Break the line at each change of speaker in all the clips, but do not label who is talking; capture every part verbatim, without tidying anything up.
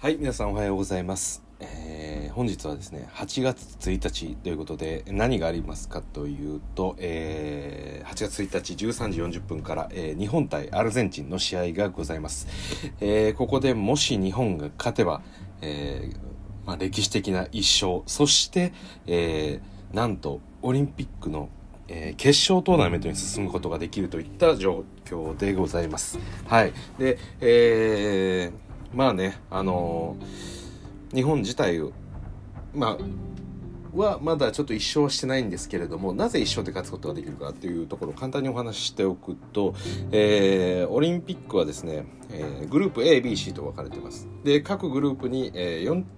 はい、皆さんおはようございます。えー、本日はですねはちがつついたちということで、何がありますかというと、えー、はちがつついたちじゅうさんじよんじゅっぷんから、えー、日本対アルゼンチンの試合がございます。えー、ここでもし日本が勝てば、えーまあ、歴史的ないっ勝、そして、えー、なんとオリンピックのえー、決勝トーナメントに進むことができるといった状況でございます。はい。で、えーまあね、あのー、日本自体まあはまだちょっと一勝はしてないんですけれども、なぜ一勝で勝つことができるかというところを簡単にお話ししておくと、えー、オリンピックはですね、えー、グループ エー、ビー、シー と分かれています。で、各グループに、えー、4,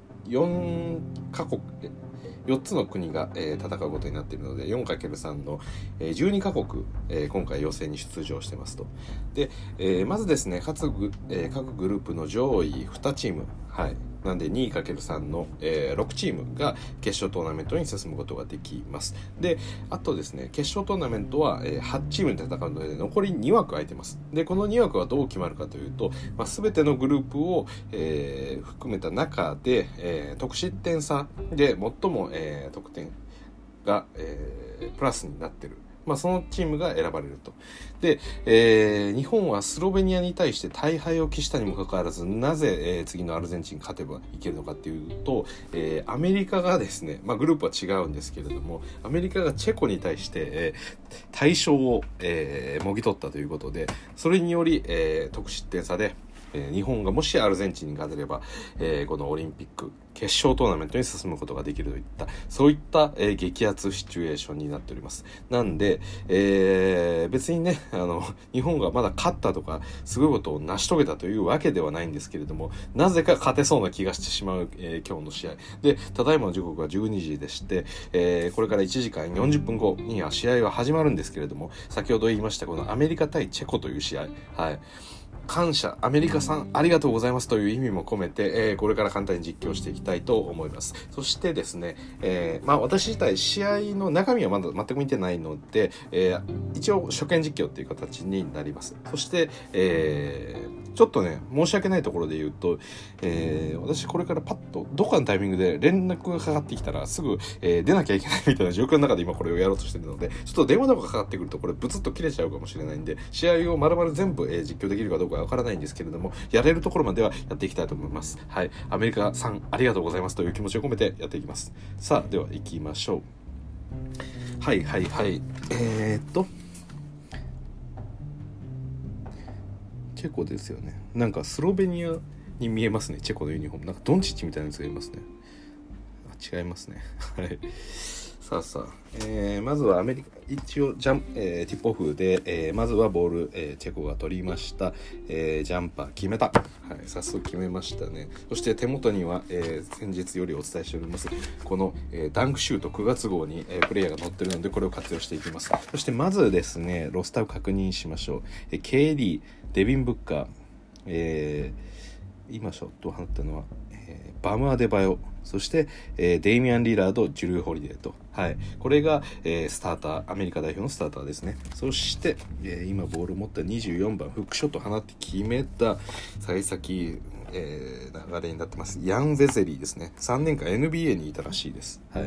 4カ国よっつの国が、えー、戦うことになっているので よんかけるさん の、えー、じゅうにカ国、えー、今回予選に出場してますと。で、えー、まずですね各グ、えー、各グループの上位にチーム、はい、なんで にかけるさん の、えー、ろくチームが決勝トーナメントに進むことができます。で、あとですね決勝トーナメントは、えー、はちチームで戦うので残りにわく空いてます。で、このにわくはどう決まるかというと、まあ、全てのグループを、えー、含めた中で、えー、得失点差で最も、えー、得点が、えー、プラスになっている、まあ、そのチームが選ばれると。で、えー、日本はスロベニアに対して大敗を喫したにもかかわらず、なぜ、えー、次のアルゼンチンに勝てばいけるのかっていうと、えー、アメリカがですね、まあ、グループは違うんですけれども、アメリカがチェコに対して、えー、大勝を、えー、もぎ取ったということで、それにより、えー、得失点差で日本がもしアルゼンチンに勝てれば、えー、このオリンピック決勝トーナメントに進むことができるといったそういった、えー、激アツシチュエーションになっております。なんで、えー、別にねあの日本がまだ勝ったとかすごいことを成し遂げたというわけではないんですけれども、なぜか勝てそうな気がしてしまう、えー、今日の試合で、ただいまの時刻はじゅうにじでして、えー、これからいちじかんよんじゅっぷんごには試合は始まるんですけれども、先ほど言いましたこのアメリカ対チェコという試合、はい感謝アメリカさんありがとうございますという意味も込めて、えー、これから簡単に実況していきたいと思います。そしてですね、えー、まあ私自体試合の中身はまだ全く見てないので、えー、一応初見実況っていう形になります。そして、えーちょっとね申し訳ないところで言うと、えー、私これからパッとどこかのタイミングで連絡がかかってきたらすぐ、えー、出なきゃいけないみたいな状況の中で今これをやろうとしているので、ちょっと電話とかかかってくるとこれブツッと切れちゃうかもしれないんで、試合を丸々全部、えー、実況できるかどうかわからないんですけれども、やれるところまではやっていきたいと思います。はい、アメリカさんありがとうございますという気持ちを込めてやっていきます。さあでは行きましょう。はいはいはいえー、っとチェコですよね。なんかスロベニアに見えますね、チェコのユニフォーム。なんかドンチッチみたいなやつがいますね。あ、違いますね。はい。さあさあ、えー、まずはアメリカ一応ジャン、えー、ティップオフで、えー、まずはボール、えー、チェコが取りました、えー、ジャンパー決めた、はい、早速決めましたね。そして手元には、えー、先日よりお伝えしておりますこの、えー、ダンクシュートくがつ号に、えー、プレイヤーが載ってるので、これを活用していきます。そしてまずですねロスターを確認しましょう。えー、ケーディー、デビン・ブッカー、えー、今ショットを放ったのは、えー、バム・アデバヨ、そして、えー、デイミアン・リラード、ジュルー・ホリデーと、はい、これが、えー、スターター、アメリカ代表のスターターですね。そして、えー、今ボールを持ったにじゅうよんばん、フックショットを放って決めた幸先、えー、流れになってますヤン・ゼゼリーですね。さんねんかん エヌビーエー にいたらしいです。はい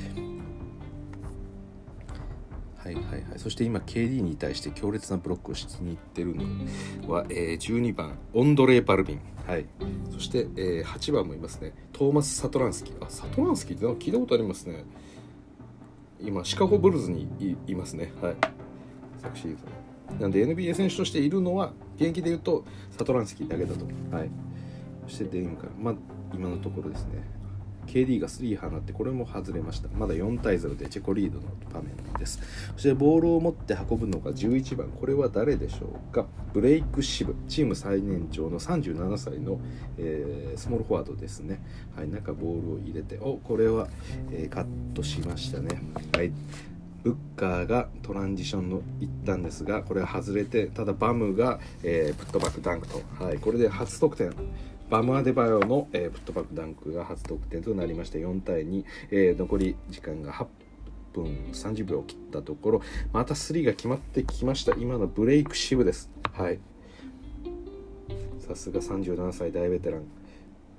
はいはいはい、そして今 ケーディー に対して強烈なブロックをしに行ってるのは、えー、じゅうにばんオンドレー・バルビン、はい、そして、えー、はちばんもいますね、トーマス・サトランスキー。あ、サトランスキーってなんか聞いたことありますね。今シカゴブルズに い, いますね。はい、昨シーズンなんで エヌビーエー 選手としているのは現役でいうとサトランスキーだけだと。はい、そしてデイムから、まあ、今のところですね ケーディー がスリー放って、これも外れました。まだよんたいゼロでチェコリードの場面です。そしてボールを持って運ぶのがじゅういちばん、これは誰でしょうか。ブレイク・シブ、チーム最年長のさんじゅうななさいの、えー、スモールフォワードですね。はい、中ボールを入れて、お、これは、えー、カットしましたね。はい、ブッカーがトランジションの行ったんですが、これは外れて、ただバムが、えー、プットバックダンクと、はい、これで初得点。バムアデバヨの、えー、プットバックダンクが初得点となりまして、よんたいに、えー、残り時間がはっぷんさんじゅうびょうを切ったところ、またスリーが決まってきました。今のブレイクシブです。はい、さすがさんじゅうななさい大ベテラン。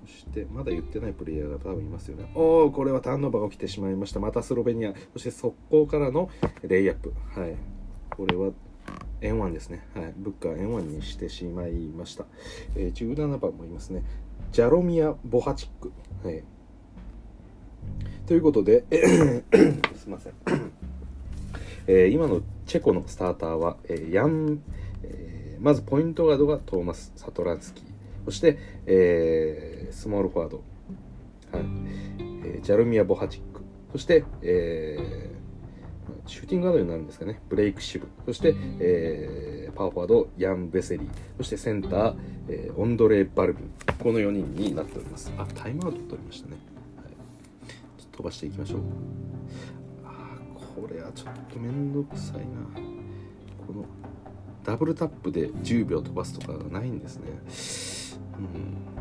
そしてまだ言ってないプレイヤーが多分いますよね。おお、これはターンオーバーが起きてしまいました。またスロベニア。そして速攻からのレイアップ。はい、これはエヌワン ですね。はい、ブッカー エヌワン にしてしまいました。えー、じゅうななばんもいますね。ジャロミア・ボハチック。はい、ということで、すいません。えー、今のチェコのスターターは、えー、ヤン、えー、まずポイントガードがトーマス・サトランスキー、そして、えー、スモールフォワード、はいえー、ジャルミア・ボハチック、そして、えー、シューティングガードになるんですかね、ブレイク・シブ、そして、えー、パワーフォワードヤン・ベセリー、そしてセンター、えー、オンドレ・バルビン、このよにんになっております。あ、タイムアウト取りましたね。はい、ちょっと飛ばしていきましょう。これはちょっとめんどくさいな。このダブルタップでじゅうびょう飛ばすとかがないんですね。うん、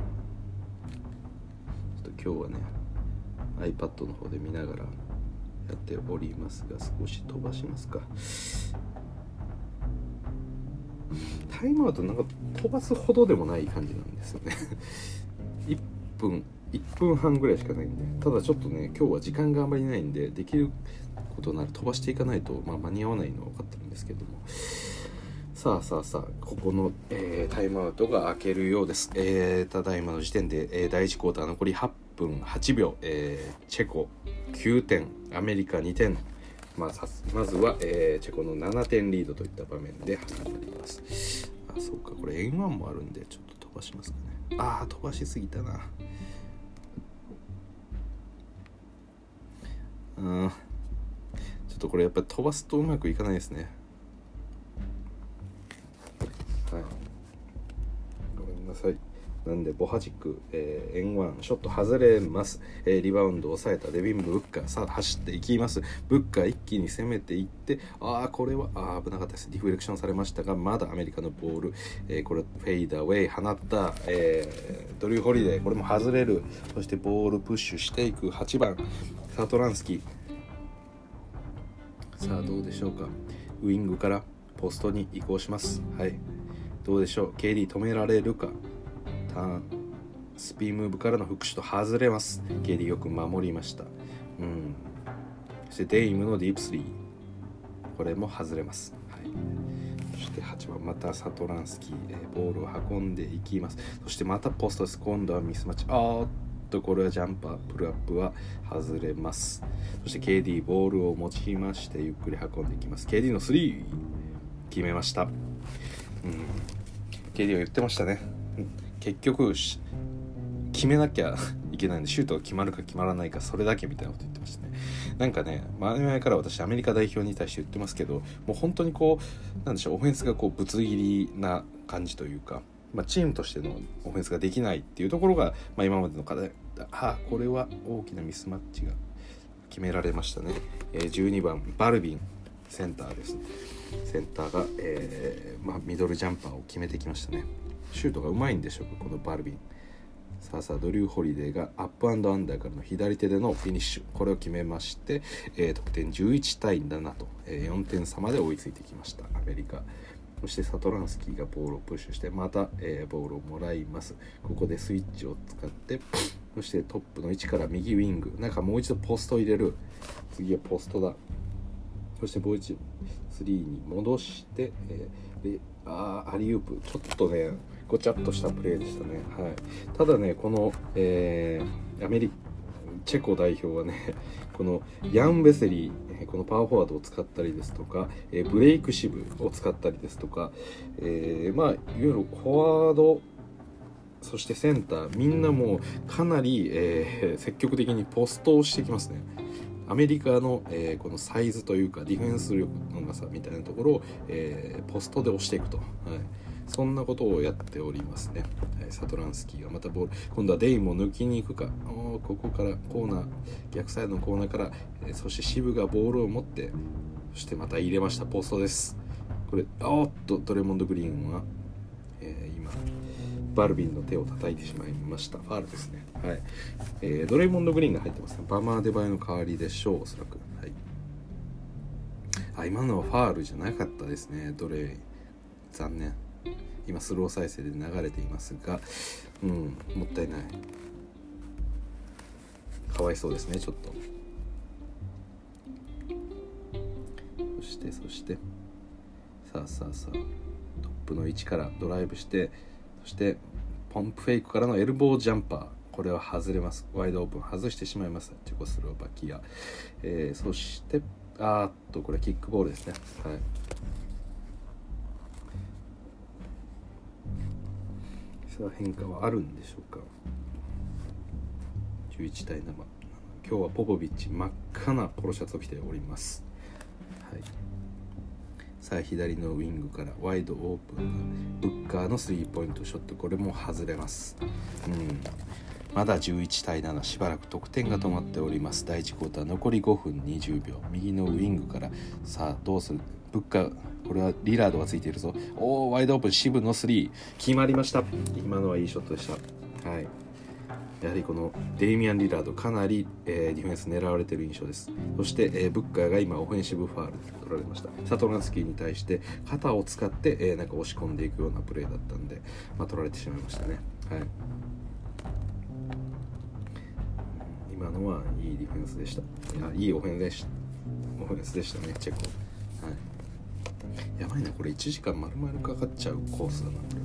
ちょっと今日はね iPad の方で見ながらやっておりますが、少し飛ばしますか。タイムアウトなんか飛ばすほどでもない感じなんですよね。いっぷんいっぷんはんぐらいしかないんで、ただちょっとね今日は時間があんまりないんで、できることなら飛ばしていかないと、まあ、間に合わないのは分かってるんですけども、さあさあさあここの、えー、タイムアウトが明けるようです。えー、ただいまの時点で、えー、だいいちクォーター残りはっぷんはちびょう、えー、チェコきゅうてん、アメリカにてん、まあ、さまずは、えー、チェコのななてんリードといった場面で始まります。あ、そうか、これ エヌワン もあるんでちょっと飛ばしますかね。あー、飛ばしすぎたな。うん、ちょっとこれやっぱり飛ばすとうまくいかないですね。はい、ごめんなさい。なんでボハチック、えー、エヌワン ショット外れます、えー、リバウンドを抑えたデビン・ブッカー、さあ走っていきます。ブッカー一気に攻めていって、ああこれはあ危なかったです。ディフレクションされましたが、まだアメリカのボール、えー、これフェイダーウェイ放った、えー、ドリュー・ホリデー、これも外れる。そしてボールプッシュしていくはちばんサトランスキー。さあどうでしょうか。ウイングからポストに移行します。はい、どうでしょう。 ケーディー 止められるか。ターンスピンムーブからのフックシュート外れます。ケーディー よく守りました。うん、そしてデイムのディープスリー、これも外れます。はい、そしてはちばんまたサトランスキー、えー、ボールを運んでいきます。そしてまたポストです。今度はミスマッチ。あーっとこれはジャンパープルアップは外れます。そして ケーディー ボールを持ちましてゆっくり運んでいきます。 ケーディー のスリー決めました。うん、ケーディー は言ってましたね。結局決めなきゃいけないんで、シュートが決まるか決まらないかそれだけみたいなこと言ってましたね。なんかね、前々から私アメリカ代表に対して言ってますけど、もう本当にこうなんでしょう、オフェンスがこうぶつ切りな感じというか、まあ、チームとしてのオフェンスができないっていうところが、まあ、今までの課題。あ、これは大きなミスマッチが決められましたね。えー、じゅうにばんバルビンセンターです。センターが、えーまあ、ミドルジャンパーを決めてきましたね。シュートがうまいんでしょうか、このバルビン。さあさあドリュー・ホリデーがアップアンダーからの左手でのフィニッシュ、これを決めまして、えー、得点じゅういちたいななと、えー、よんてん差まで追いついてきましたアメリカ。そしてサトランスキーがボールをプッシュしてまた、えー、ボールをもらいます。ここでスイッチを使って、そしてトップの位置から右ウィング、なんかもう一度ポストを入れる。次はポストだ。そしてもう一度スリーに戻して、えー、であーアリウープ、ちょっとねごちゃっとしたプレーでしたね。はい、ただねこの、えー、アメリカチェコ代表はねこのヤン・ベセリー、このパワーフォワードを使ったりですとか、えー、ブレイクシブを使ったりですとか、えー、まあいわゆるフォワード、そしてセンター、みんなもうかなり、えー、積極的にポストをしてきますね。アメリカの、えー、このサイズというかディフェンス力のなさみたいなところを、えー、ポストで押していくと、はい、そんなことをやっておりますね。はい、サトランスキーがまたボール、今度はデイも抜きに行くか。おここからコーナー、逆サイドのコーナーから、えー、そしてシブがボールを持って、そしてまた入れました。ポストです。これおっとドレモンド・グリーンは、えー、今バルビンの手を叩いてしまいました。ファールですね。はい、えー、ドレイモンド・グリーンが入ってますね。バマーデバイの代わりでしょう、おそらく。はい、あ、今のはファールじゃなかったですね。ドレイ、残念。今スロー再生で流れていますが、うん、もったいない。 かわいそうですねちょっと。そしてそしてさあさあさあトップの位置からドライブして、そしてポンプフェイクからのエルボージャンパー、これは外れます。ワイドオープン外してしまいます、チェコスロバキア。えー、そしてあーっとこれキックボールですね。はい、さあ変化はあるんでしょうか。じゅういちたいなな、今日はポポビッチ真っ赤なポロシャツを着ております。はい、さあ左のウィングからワイドオープンなブッカーのスリーポイントショット、これも外れます。うんまだじゅういちたいなな、しばらく得点が止まっております。第いちクォーター残りごふんにじゅうびょう、右のウィングからさあどうする、ブッカー、これはリラードがついているぞ。おーワイドオープン、渋のスリー決まりました。今のはいいショットでした。はい、やはりこのデイミアン・リラードかなり、えー、ディフェンス狙われている印象です。そして、えー、ブッカーが今オフェンシブファール取られました。サトランスキーに対して肩を使って、えー、なんか押し込んでいくようなプレーだったんで、まあ、取られてしまいましたね。はい、今のはいいディフェンスでした。いやいいオフェンスでしたオフェンスでしたねチェコ。はい、やばいなこれいちじかん丸々かかっちゃうコースだなこれ。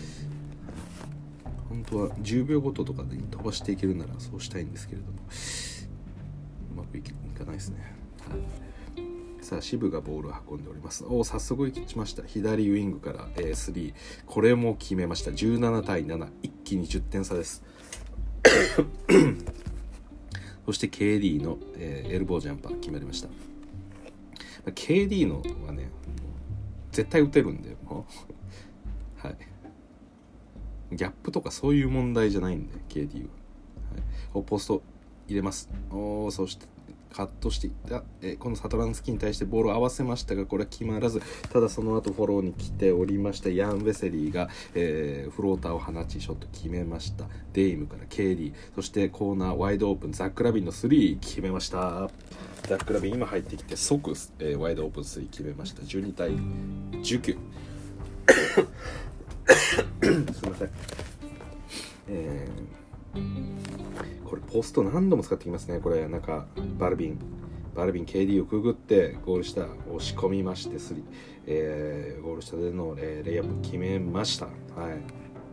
本当はじゅうびょうごととかで飛ばしていけるならそうしたいんですけれども、うまくいかないですね。はい、さあ渋がボールを運んでおります。お早速行きました。左ウィングから、えー、スリー、これも決めました。じゅうななたいなな、一気にじゅってん差ですそして ケーディー の、えー、エルボージャンパー決まりました。 ケーディー のはね絶対打てるんでもうはいギャップとかそういう問題じゃないんで ケーディー は、はい、ポスト入れます。おそしてカットしていった、えこのサトランスキーに対してボールを合わせましたがこれは決まらず、ただその後フォローに来ておりましたヤン・ウェセリーが、えー、フローターを放ちショット決めました。デイムから ケーディー、 そしてコーナーワイドオープン、ザック・ラビンのスリー決めました。ザック・ラビン今入ってきて即、えー、ワイドオープンスリー決めました。じゅうにたいじゅうきゅうすみません、えー、これポスト何度も使ってきますね。これなんかバルビンバルビン ケーディー をくぐってゴール下押し込みましてスリー、えー、ゴール下での、えー、レイアップ決めました。はい、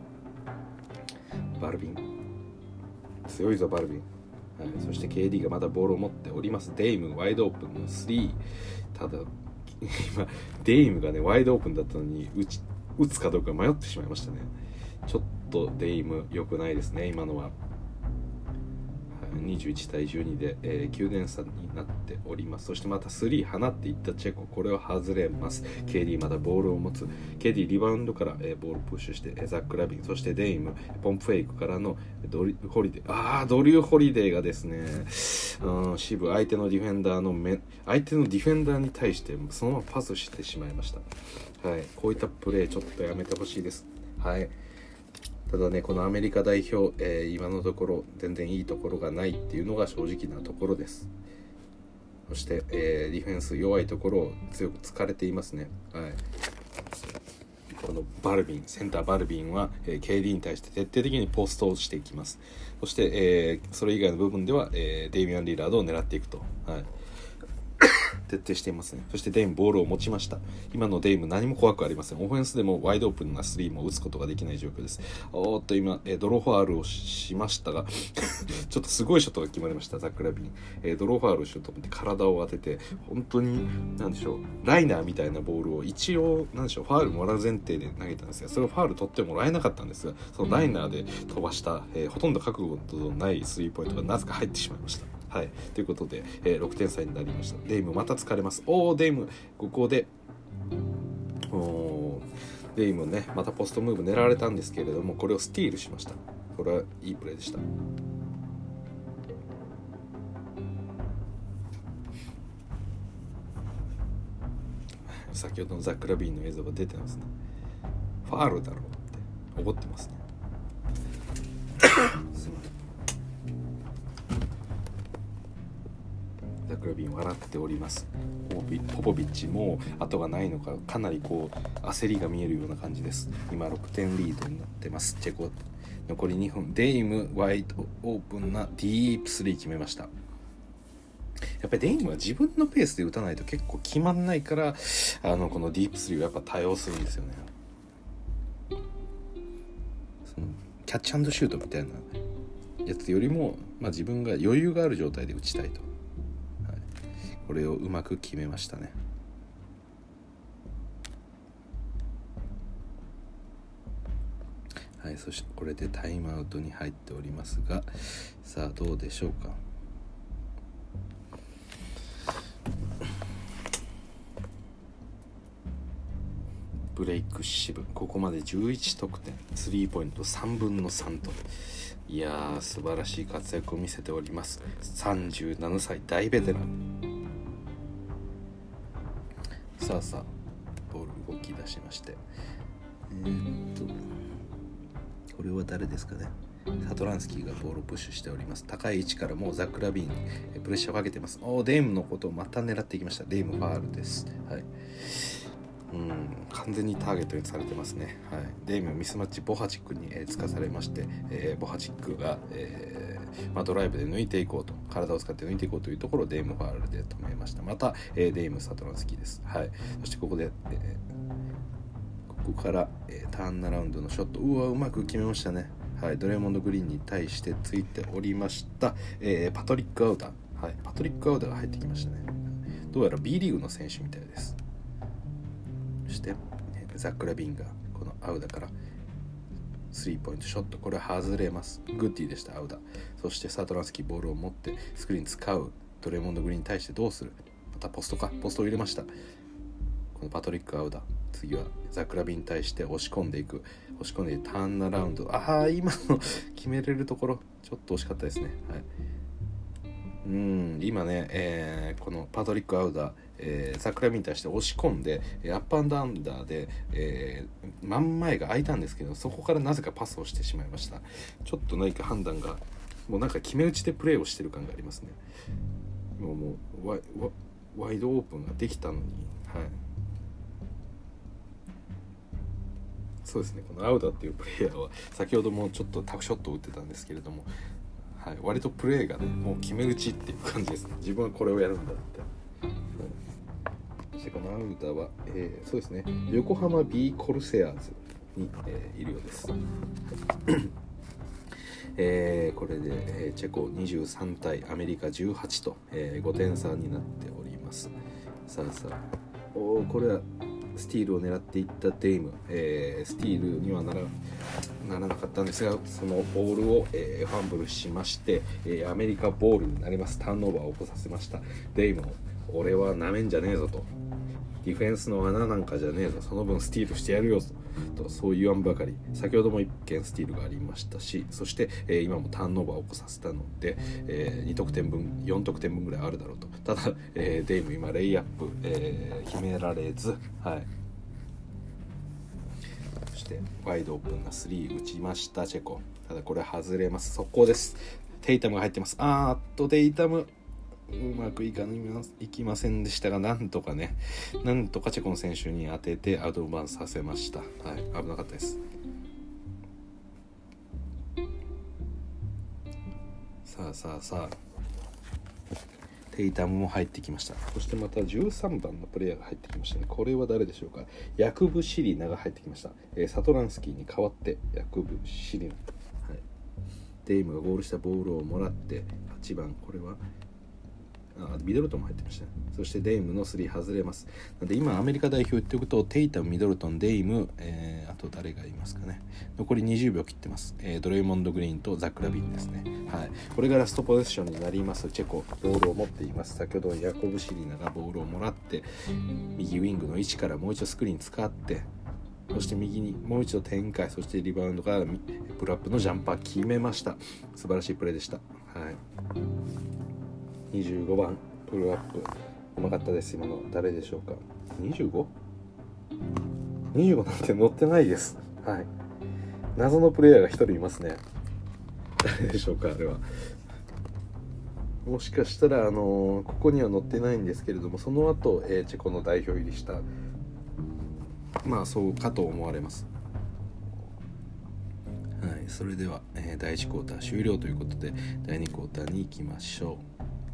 バルビン強いぞバルビン。はい、そして ケーディー がまだボールを持っております。デイムワイドオープンのスリー、ただ今デイムがねワイドオープンだったのに打ち打つかどうか迷ってしまいましたね。ちょっとデイム良くないですね今のは。にじゅういちたいじゅうにで、えー、きゅうてん差になっております。そしてまたスリー放っていったチェコ、これを外れます。 ケーディー まだボールを持つ。 ケーディー リバウンドから、えー、ボールプッシュして、えー、ザック・ラビン、そしてデイムポンプフェイクからのドリホリデー、あードリュー・ホリデーがですね、うん、渋相手のディフェンダーの目相手のディフェンダーに対してそのままパスしてしまいました。はい、こういったプレーちょっとやめてほしいです。はい、ただねこのアメリカ代表、えー、今のところ全然いいところがないっていうのが正直なところです。そして、えー、ディフェンス弱いところを強く突かれていますね。はい、このバルビンセンターバルビンは、えー、ケーディー に対して徹底的にポストをしていきます。そして、えー、それ以外の部分では、えー、デイミアン・リラードを狙っていくと、はい徹底していますね。そしてデイムボールを持ちました。今のデイム何も怖くありません。オフェンスでもワイドオープンなスリーも打つことができない状況です。おーっと今、えー、ドローファールをしましたがちょっとすごいショットが決まりました。ザック・ラビン、えー、ドローファールをしようと思って体を当てて本当に何でしょうライナーみたいなボールを一応何でしょうファールもらう前提で投げたんですが、それをファール取ってもらえなかったんですが、そのライナーで飛ばした、えー、ほとんど覚悟のないスリーポイントがなぜか入ってしまいました。はい、ということで、えー、ろくてん差になりました。デイムまた疲れます。おーデイムここでおデイムねまたポストムーブ狙われたんですけれども、これをスティールしました。これはいいプレーでした。先ほどのザック・ラビーンの映像が出てますね。ファールだろうって怒ってますねすいません。ザックラビン笑っております。ポポビポポビッチも後がないのかかなりこう焦りが見えるような感じです。今ろくてんリードになってます。チェコ残りにふん。デイムワイドオープンなディープスリー決めました。やっぱりデイムは自分のペースで打たないと結構決まんないから、あのこのディープスリーはやっぱ多用するんですよね。そのキャッチ&シュートみたいなやつよりも、まあ、自分が余裕がある状態で打ちたいと、はい、これをうまく決めましたね。はい、そしてこれでタイムアウトに入っておりますが、さあどうでしょうか。ブレイクシブ、ここまでじゅういちとくてん、スリーポイントさんぶんのさんと、いやー素晴らしい活躍を見せております。さんじゅうななさい大ベテラン。さあさあボール動き出しまして、えー、っとこれは誰ですかね。サトランスキーがボールをプッシュしております。高い位置からもうザック・ラビーンにプレッシャーをかけてます。おー、デイムのことをまた狙っていきました。デイムファールです。はい、うん、完全にターゲットにされてますね。はい、デイムミスマッチボハチックに、えー、つかされまして、えー、ボハチックが、えーまあ、ドライブで抜いていこうと、体を使って抜いていこうというところをデイムファールで止めました。また、えー、デイムサトランスキーです。はい、そしてここで、えー、ここから、えー、ターンアラウンドのショット、うわうまく決めましたね。はい、ドレーモンド・グリーンに対してついておりました、えー、パトリック・アウダー、はい、パトリック・アウダーが入ってきましたね。どうやら B リーグの選手みたいです。そしてザック・ラビンがこのアウダからスリーポイントショット、これは外れます。グッディでしたアウダ。そしてサトランスキーボールを持ってスクリーン使うドレーモンド・グリーンに対してどうする、またポストか、ポストを入れました。このパトリック・アウダ、次はザック・ラビンに対して押し込んでいく、押し込んでターンアラウンド、ああ今の決めれるところちょっと惜しかったですね。はい、うん今ね、えー、このパトリック・アウダー、えー、ザック・ラビンに対して押し込んでアップアンダーアンダーで、えー、真ん前が空いたんですけど、そこからなぜかパスをしてしまいました。ちょっと何か判断がもうなんか決め打ちでプレーをしてる感がありますね。もうもうワイ、ワイドオープンができたのに、はい、そうですね、このアウダっていうプレイヤーは先ほどもちょっとタフショットを打ってたんですけれども、はい、割とプレーがねもう決め打ちっていう感じですね。自分はこれをやるんだって、はい、そしてこのアウダは、えー、そうですね、横浜 B コルセアーズに、えー、いるようです。えー、これで、えー、チェコにじゅうさんたいアメリカじゅうはちと、えー、ごてん差になっております。さあさあ、おこれはスティールを狙っていったデイム、えー、スティールにはなら、ならなかったんですが、そのボールを、えー、ファンブルしまして、えー、アメリカボールになります。ターンオーバーを起こさせました。デイムを俺はなめんじゃねえぞと、ディフェンスの穴なんかじゃねえぞ、その分スティールしてやるよと、とそう言わんばかり、先ほどもいっけんスティールがありましたし、そして、えー、今もターンオーバーを起こさせたので、えー、にとくてんぶんよんとくてんぶんぐらいあるだろうと。ただ、えー、デイム今レイアップ、えー、決められず、はい、そしてワイドオープンなスリー打ちましたチェコ。ただこれ外れます。速攻です。テイタムが入ってます。あーっとテイタムうまくいかいきませんでしたが、なんとかね、なんとかチェコの選手に当ててアドバンスさせました。はい、危なかったです。さあさあさあ、テイタムも入ってきました。そしてまたじゅうさんばんのプレイヤーが入ってきましたね。これは誰でしょうか。ヤクブ・シリナが入ってきました。えー、サトランスキーに代わってヤクブ・シリナ、はい、デイムがゴールしたボールをもらってはちばん、これはあミドルトンも入ってましたね。そしてデイムのスリー外れます。なので今アメリカ代表言っておくと、テイタム、ミドルトン、デイム、えー、あと誰がいますかね。残りにじゅうびょう切ってます。えー、ドレイモンド・グリーンとザック・ラビンですね。はい、これがラストポゼッションになります。チェコボールを持っています。先ほどヤコブ・シリナがボールをもらって右ウィングの位置からもう一度スクリーン使って、そして右にもう一度展開、そしてリバウンドからプルアップのジャンパー決めました。素晴らしいプレーでした。はい、にじゅうごばんプルアップうまかったです。今の誰でしょうか。 にじゅうご?にじゅうご なんて乗ってないです。はい、謎のプレイヤーがひとりいますね。誰でしょうか。あれはもしかしたら、あのーここには載ってないんですけれども、その後、えーチェコの代表入りした、まあそうかと思われます。はい、それでは、えーだいいちクォーター終了ということで、だいにクォーターに行きましょう。はい、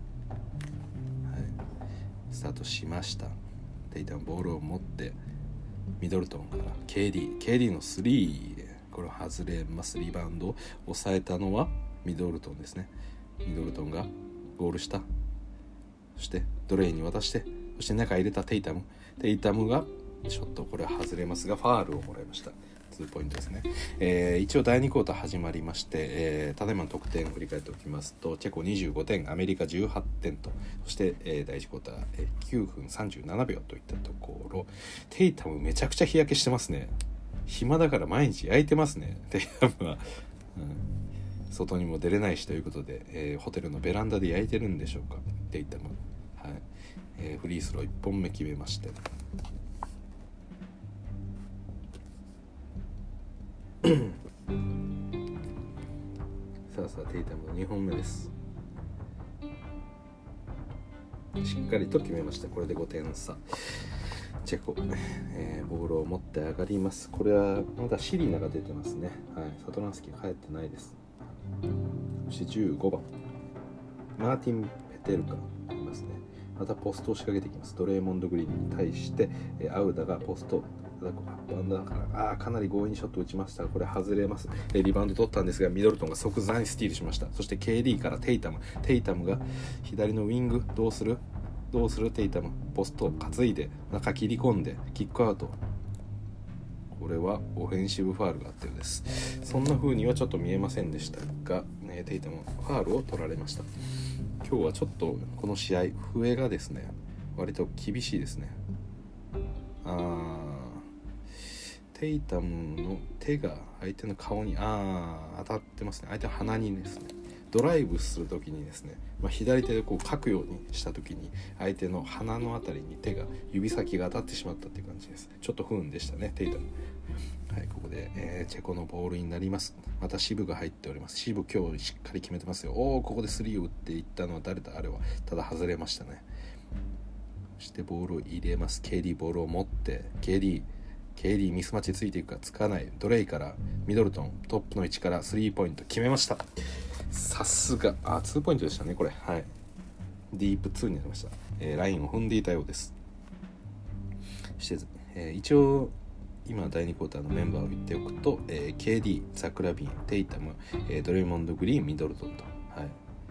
スタートしました。テイタムボールを持ってミドルトンから ケーディー ケーディー のスリーでこれを外れます。リバウンドを抑えたのはミドルトンですね。ミドルトンがゴールした。そしてドレイに渡して、そして中入れたテイタムテイタムがショット、これは外れますがファールをもらいました。にポイントですね。えー、一応だいにクォーター始まりまして、えー、ただいまの得点を振り返っておきますと、チェコにじゅうごてん、アメリカじゅうはちてんと、そして、えー、だいいちクォーター、えー、きゅうふんさんじゅうななびょうといったところ、テイタムめちゃくちゃ日焼けしてますね。暇だから毎日焼いてますね、テイタムは。うん、外にも出れないしということで、えー、ホテルのベランダで焼いてるんでしょうか、テイタム。はい、えー、フリースローいっぽんめ決めまして、さあさあテイタムのにほんめです。しっかりと決めました。これでごてんさ。チェコ、えー、ボールを持って上がります。これはまだシリナが出てますね。はい、サトランスキー帰ってないです。そしてじゅうごばんマーティン・ペテルカいますね。またポストを仕掛けてきます。ドレーモンド・グリーンに対して、えー、アウダがポストだからあかなり強引にショット打ちましたが、これ外れます。えー、リバウンド取ったんですがミドルトンが即座にスティールしました。そして ケーディー からテイタムテイタムが左のウィング、どうするどうするテイタムポストを担いで中切り込んでキックアウト。これはオフェンシブファールがあったようです。そんな風にはちょっと見えませんでしたが、ね、テイタムファールを取られました。今日はちょっとこの試合笛がですね割と厳しいですね。あテイタムの手が相手の顔にあ当たってますね。相手の鼻にですね、ドライブするときにですね、まあ、左手でこうかくようにしたときに相手の鼻のあたりに手が指先が当たってしまったっていう感じです。ちょっと不運でしたね、テイタム。はい、ここで、えー、チェコのボールになります。またシブが入っております。シブ今日しっかり決めてますよ。おお、ここでスリーを打っていったのは誰だあれは。ただ外れましたね。そしてボールを入れます。 ケーディー ボールを持って ケーディーケーディー ミスマッチついていくかつかない。ドレイからミドルトントップの位置からスリーポイント決めました。さすがあツーポイントでしたねこれ。はい、ディープツーになりました。えー、ラインを踏んでいたようです。して、えー、一応今だいにクォーターのメンバーを言っておくと、えー、ケーディー、ザクラビン、テイタム、えー、ドレイモンド・グリーン、ミドルトンと、はい、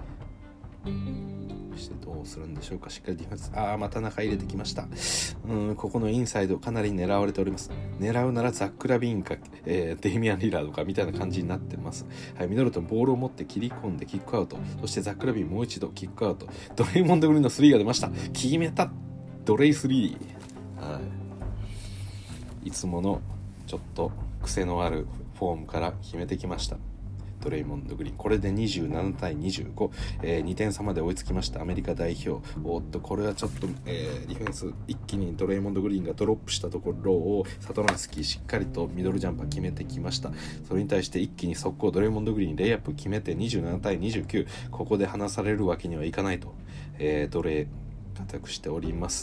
そしてどうするんでしょうか。しっかりディフェンス、ああまた中入れてきました。うんここのインサイドかなり狙われております。狙うならザック・ラビーンか、えー、デイミアン・リラードかみたいな感じになってます。はい、ミドルトンボールを持って切り込んでキックアウト。そしてザック・ラビーンもう一度キックアウト。ドレイモンド・グリーンのスリーが出ました。決めたドレイスリー。はい、いつものちょっと癖のあるフォームから決めてきましたドレイモンド・グリーン。これでにじゅうななたいにじゅうご、えー、にてんさまで追いつきましたアメリカ代表。おっとこれはちょっと、えー、ディフェンス一気にドレイモンド・グリーンがドロップしたところをサトランスキーしっかりとミドルジャンパー決めてきました。それに対して一気に速攻ドレイモンド・グリーンレイアップ決めてにじゅうななたいにじゅうきゅう。ここで離されるわけにはいかないと、えー、ドレイ固くしております。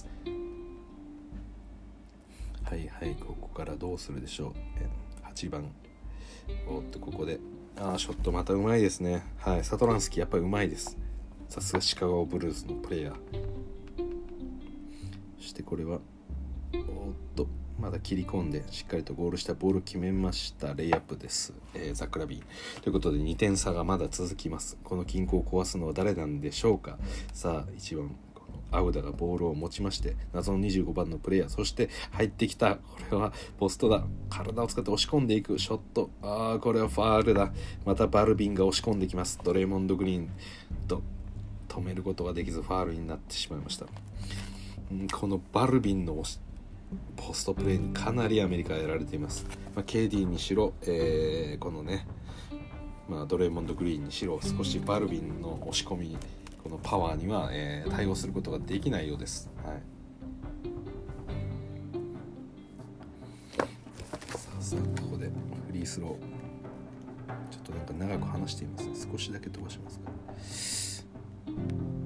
はいはい、ここからどうするでしょう。はちばん、おっとここであーショットまたうまいですね。はい、サトランスキーやっぱりうまいです。さすがシカゴブルースのプレイヤー。そしてこれはおっとまだ切り込んでしっかりとゴールしたボールを決めました。レイアップです、えー、ザクラビーということでにてんさがまだ続きます。この均衡を壊すのは誰なんでしょうか。さあいちばんアウダがボールを持ちまして謎のにじゅうごばんのプレイヤー、そして入ってきたこれはポストだ。体を使って押し込んでいくショット、あーこれはファールだ。またバルビンが押し込んできます。ドレイモンド・グリーンと止めることができずファールになってしまいました。んこのバルビンのポストプレーにかなりアメリカはやられています。まあ、ケーディー にしろ、えー、このね、まあ、ドレイモンド・グリーンにしろ少しバルビンの押し込みこのパワーには、えー、対応することができないようです。はい、さあさあここでフリースローちょっとなんか長く話しています、ね、少しだけ飛ばしますか。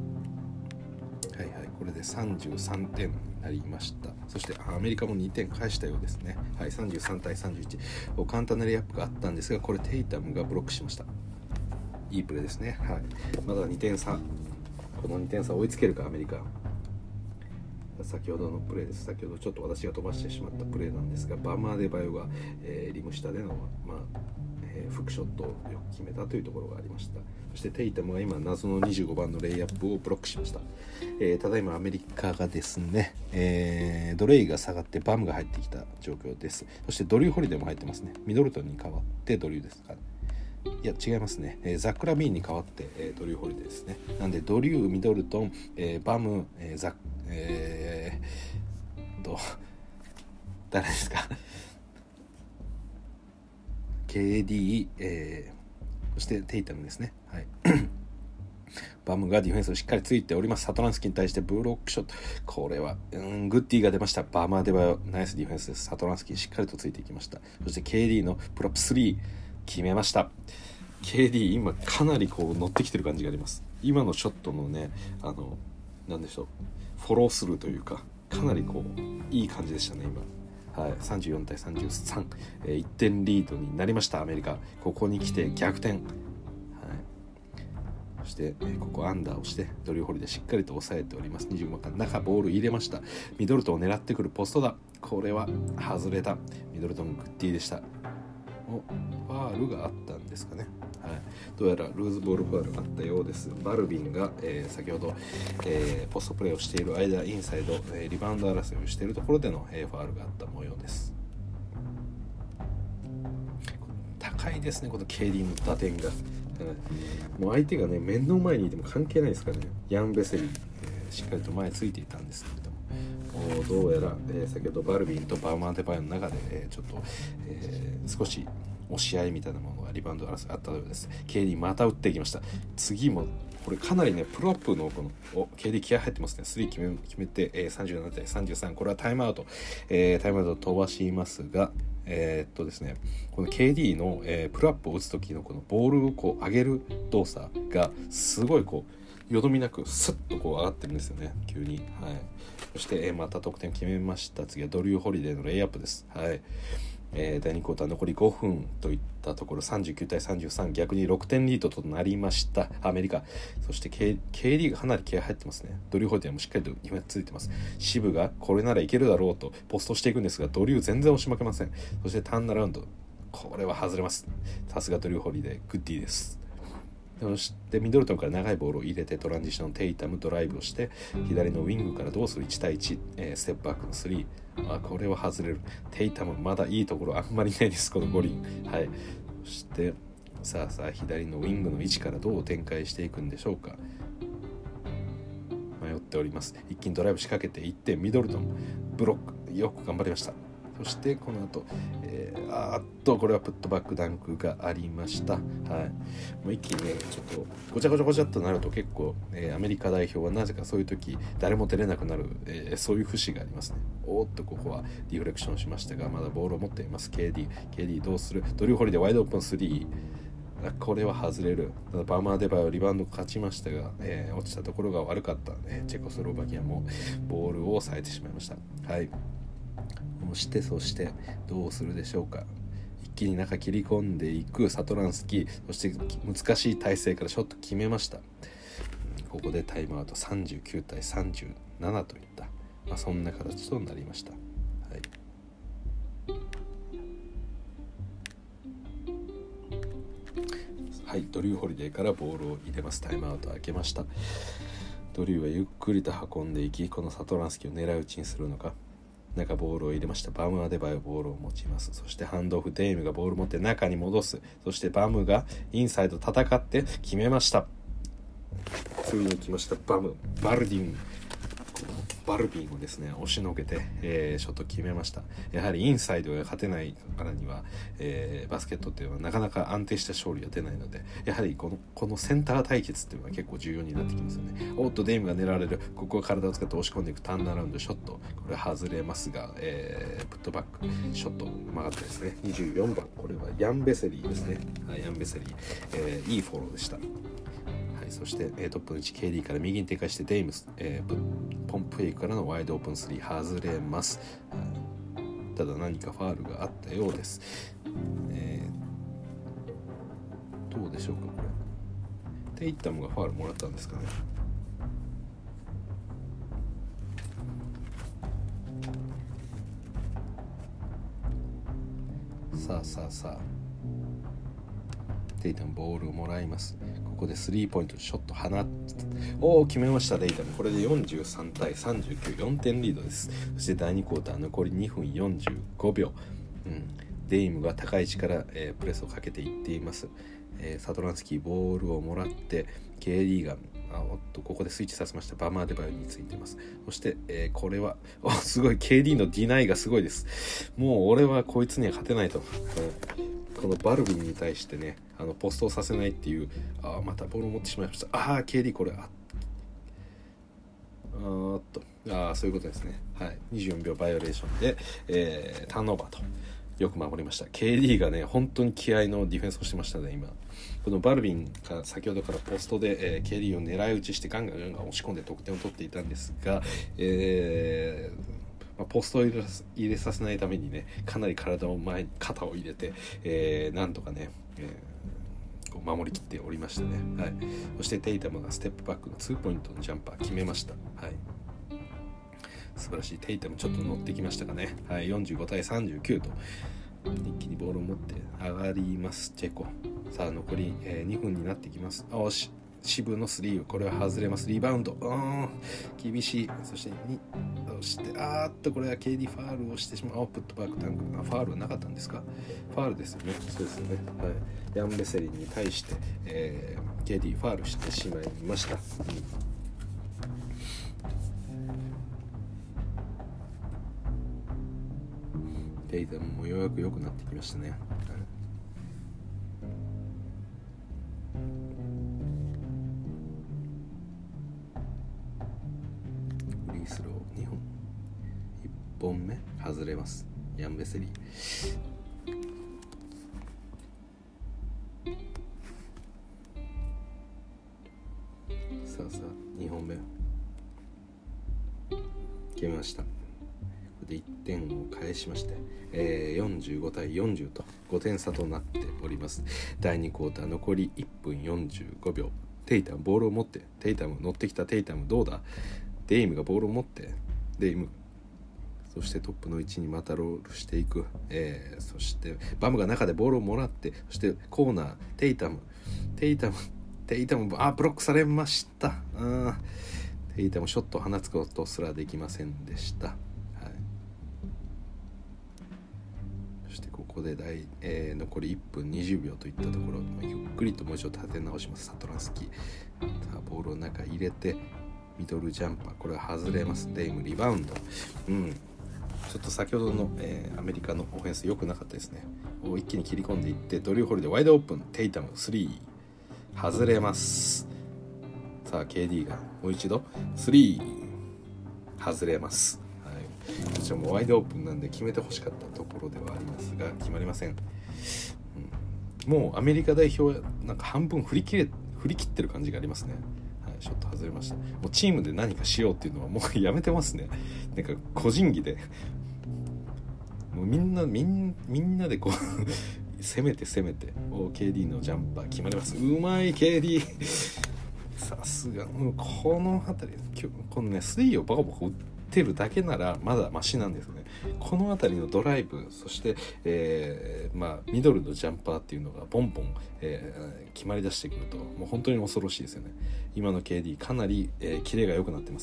これでさんじゅうさんてんになりました。そしてアメリカもにてん返したようですね。はい、さんじゅうさんたいさんじゅういち、簡単なレイアップがあったんですが、これテイタムがブロックしました。いいプレーですね。はい、まだにてん差、このにてん差追いつけるかアメリカ。先ほどのプレーです。先ほどちょっと私が飛ばしてしまったプレーなんですが、バムアデバヨが、えー、リム下での、まあえー、フックショットをよく決めたというところがありました。そしてテイタムが今謎のにじゅうごばんのレイアップをブロックしました。えー、ただいまアメリカがですね、えー、ドレイが下がってバムが入ってきた状況です。そしてドリュー・ホリデーも入ってますね。ミドルトンに代わってドリューですか、いや違いますね、えー、ザック・ラビーンに代わって、えー、ドリュー・ホリデーですね。なんでドリュー、ミドルトン、えー、バム、えー、ザック、えー、と誰ですかケーディー、えー、そしてテイタムですね。はいバムがディフェンスをしっかりついております。サトランスキに対してブロックショット、これはうんグッディが出ました。バムアデバヨナイスディフェンスです。サトランスキしっかりとついていきました。そして ケーディー のプロップスリー決めました。 ケーディー 今かなりこう乗ってきてる感じがあります。今のショットのね、あのなんでしょう、フォロースルーというか、かなりこういい感じでしたね今。はい、さんじゅうよんたいさんじゅうさん、えー、いってんリードになりましたアメリカ。ここに来て逆転。そして、えー、ここアンダーをしてドリュー・ホリでしっかりと抑えております。にじゅうごばん中ボール入れました。ミドルトンを狙ってくるポストだ。これは外れた。ミドルトングッディでした。おファールがあったんですかね。はい、どうやらルーズボールファールがあったようです。バルビンが、えー、先ほど、えー、ポストプレーをしている間インサイド、えー、リバウンド争いをしているところでの、えー、ファールがあった模様です。高いですねこの ケーディー の打点が。もう相手がね面の前にいても関係ないですからね。ヤン・ベセリー、えー、しっかりと前ついていたんですけれども、どうやら、えー、先ほどバルビンとバウマーデバイの中で、えー、ちょっと、えー、少し押し合いみたいなものがリバウンド争いあったようです。 ケーディー また打っていきました。次もこれかなりねプロアップのこのお ケーディー 気合入ってますね。スリー決め、決めて、えー、さんじゅうななたいさんじゅうさん、これはタイムアウト、えー、タイムアウトを飛ばしますが、えー、っとですねこの ケーディー の、えー、プルアップを打つ時のこのボールをこう上げる動作がすごいこうよどみなくスッとこう上がってるんですよね急に。はい、そして、えー、また得点決めました。次はドリュー・ホリデーのレイアップです。はい、えー、だいにクォーター残りごふんといったところさんじゅうきゅうたいさんじゅうさん、逆にろくてんリードとなりましたアメリカ。そして K、ケーディー がかなり気合入ってますね。ドリュー・ホリデーもしっかりとディフェンスついてます。シブがこれならいけるだろうとポストしていくんですが、ドリュー全然押し負けません。そしてターンアラウンド、これは外れます。さすがドリュー・ホリデーグッディです。そしてミドルトンから長いボールを入れてトランジションテイタムドライブをして左のウィングからどうするいちたいいち、えー、ステップバックのスリー、あこれは外れる。テイタムまだいいところあんまりないですこの五輪。はい、そしてさあさあ左のウィングの位置からどう展開していくんでしょうか。迷っております。一気にドライブ仕掛けていってミドルトンブロックよく頑張りました。そしてこの後、えー、あーっとこれはプットバックダンクがありました。はい、もう一気にねちょっとごちゃごちゃごちゃっとなると結構、えー、アメリカ代表はなぜかそういう時誰も出れなくなる、えー、そういう節がありますね。おーっとここはディフレクションしましたがまだボールを持っています。 ケーディー ケーディー どうする。ドリュー・ホリでワイドオープンスリー、これは外れる。ただバーマーデバイはリバウンド勝ちましたが、えー、落ちたところが悪かった、ね、チェコスロバキアもボールを抑えてしまいました。はい、そしてそしてどうするでしょうか。一気に中切り込んでいくサトランスキー、そして難しい体勢からショット決めました。ここでタイムアウトさんじゅうきゅうたいさんじゅうななといった、まあ、そんな形となりました。はいはい、ドリュー・ホリデーからボールを入れます。タイムアウト開けました。ドリューはゆっくりと運んでいきこのサトランスキーを狙い撃ちにするのか。中ボールを入れました。バムアデバイはボールを持ちます。そしてハンドオフ、デイムがボールを持って中に戻す。そしてバムがインサイド戦って決めました。ついに来ました。バムバルディンバルビンをですね押しのけて、えー、ショット決めました。やはりインサイドが勝てないからには、えー、バスケットっていうのはなかなか安定した勝利は出ないので、やはりこのこのセンター対決っていうのは結構重要になってきますよね。おっとデイムが狙われる。ここは体を使って押し込んでいくターンアラウンドショット、これ外れますが、えー、プットバックショットうまかったですね。にじゅうよんばん、これはヤン・ベセリーですね。はい、ヤン・ベセリー、えー、いいフォローでした。ははい、そして、えー、トップのいち ケーディー から右に展開してデイムス、えー、ポンプフェイクからのワイドオープンスリー外れます、はい、ただ何かファールがあったようです、えー、どうでしょうか。これテイタムがファールもらったんですかね。さあさあさあ、テイタムボールをもらいます。ここでスリーポイントショット放っおお決めました。テイタムこれでよんじゅうさんたいさんじゅうきゅう、よんてんリードです。そしてだいにクォーター残りにふんよんじゅうごびょう、うん、デイムが高い位置から、えー、プレスをかけていっています、えー、サトランスキーボールをもらって ケーディー があおっとここでスイッチさせました。バマーデバイについています。そして、えー、これはおすごい ケーディー のディナイがすごいです。もう俺はこいつには勝てないと、このバルビンに対してね、あのポストをさせないっていう、あまたボールを持ってしまいました。ああ ケーディー これああーっとあそういうことですね。はい、にじゅうよんびょうバイオレーションで、えー、ターンオーバーとよく守りました。 ケーディー がね本当に気合のディフェンスをしてましたね。今このバルビンが先ほどからポストで、えー、ケーディー を狙い撃ちしてガンガンガンガン押し込んで得点を取っていたんですが、えーまあ、ポストを入れ、入れさせないためにねかなり体を前に肩を入れて、えー、なんとかね、えー、こう守りきっておりましたね。はい、そしてテイタムがステップバックのツーポイントのジャンパー決めました。はい、素晴らしい。テイタムちょっと乗ってきましたかね。はい、よんじゅうごたいさんじゅうきゅうと一気にボールを持って上がりますチェコ。さあ残り、えー、にふんになってきます。おし渋のスリーこれは外れます。リバウンドうん厳しい。そしてにそしてあーっとこれは ケーディー ファールをしてしまう。プットバックタンクファールはなかったんですか。ファールですよね。そうですよね。はい、ヤンベセリンに対して、えー、ケーディー ファールしてしまいました。うんテイタムもようやく良くなってきましたね。フリースローにほんいっぽんめ外れます。ヤンベセリさあさあにほんめ決めました。でいってんを返しまして、えー、よんじゅうごたいよんじゅうとごてん差となっております。だいにクォーター残りいっぷんよんじゅうごびょう。テイタムボールを持ってテイタム乗ってきた。テイタムどうだ。デイムがボールを持ってデイムそしてトップの位置にまたロールしていく、えー、そしてバムが中でボールをもらってそしてコーナーテイタムテイタムテイタムあブロックされました。あテイタムショットを放つことすらできませんでした。ここで大、えー、残りいっぷんにじゅうびょうといったところ、ゆっくりともう一度立て直します。サトランスキーさあボールを中入れてミドルジャンパーこれは外れます。デイムリバウンド、うん、ちょっと先ほどの、えー、アメリカのオフェンス良くなかったですね。一気に切り込んでいってドリューホリでワイドオープン。テイタムスリー外れます。さあ ケーディー がもう一度スリー外れます。こちらもワイドオープンなんで決めてほしかったところではありますが決まりません。うん、もうアメリカ代表はなんか半分振り切れ振り切ってる感じがありますね。はい、ショット外れました。もうチームで何かしようっていうのはもうやめてますね。なんか個人技でもうみんなみんみんなでこう攻めて攻めてお ケーディー のジャンパー決まります。うまい ケーディー さすがこの辺りこのねスリーをバカバカ打っててるだけならまだマシなんですね。この辺りのドライブそして、えーまあ、ミドルのジャンパーっていうのがボンボン、えー、決まりだしてくるともう本当に恐ろしいですよね。今の ケーディー かなり、えー、キレが良くなってます。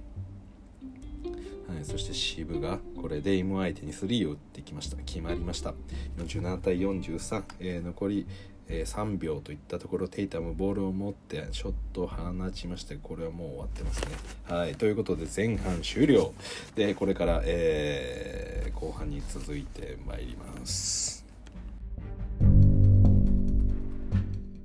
はい、そして渋がこれでデイム相手にスリーを打ってきました。決まりました。よんじゅうななたいよんじゅうさん、えー、残りえー、さんびょうといったところテイタムボールを持ってショットを放ちましてこれはもう終わってますね。はいということで前半終了でこれから、えー、後半に続いてまいります。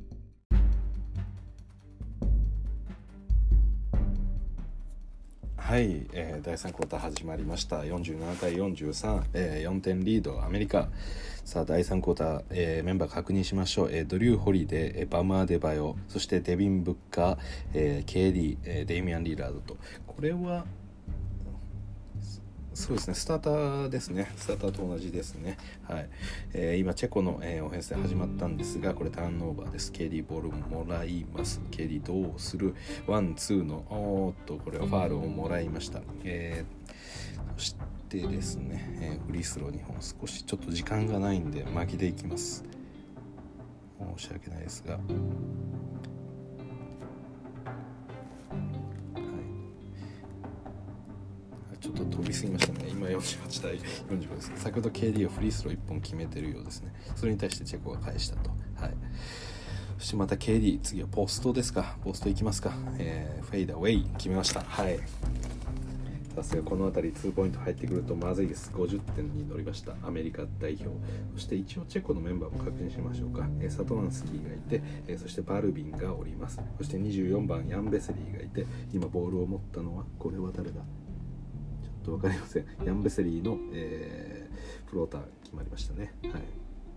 ははい、えー、だいさんクォーター始まりました。よんじゅうななたいよんじゅうさん、えー、よんてんリードアメリカ。さあだいさんクォーター、えー、メンバー確認しましょう。えー、ドリュー・ホリデー、えー、バム・アデバヨ、そしてデビン・ブッカー、えー、ケーディー、えー、デイミアン・リラードと。これはそうですね、スターターですね。スターターと同じですね。はい。えー、今チェコの、えー、オフェンスで始まったんですが、これターンオーバーです。ケーディーボールもらいます。ケーディーどうする？ワンツーのおーっとこれはファールをもらいました。えー、そしてですね、えー、フリースローにほん、少しちょっと時間がないんで巻きでいきます。申し訳ないですが。ちょっと飛びすぎましたね。今よんじゅうはちたいよんじゅうごです。先ほど ケーディー はフリースローいっぽん決めてるようですね。それに対してチェコが返したと。はい。そしてまた ケーディー、次はポストですか。ポストいきますか。えー、フェイダーウェイ決めました。はい。さすがこの辺りにポイント入ってくるとまずいです。ごじゅってんに乗りました。アメリカ代表。そして一応チェコのメンバーも確認しましょうか。えー、サトランスキーがいて、えー、そしてバルビンがおります。そしてにじゅうよんばんヤンベセリーがいて、今ボールを持ったのはこれは誰だ。分かりません。ヤンベセリーの、えー、フローター決まりましたね。はい。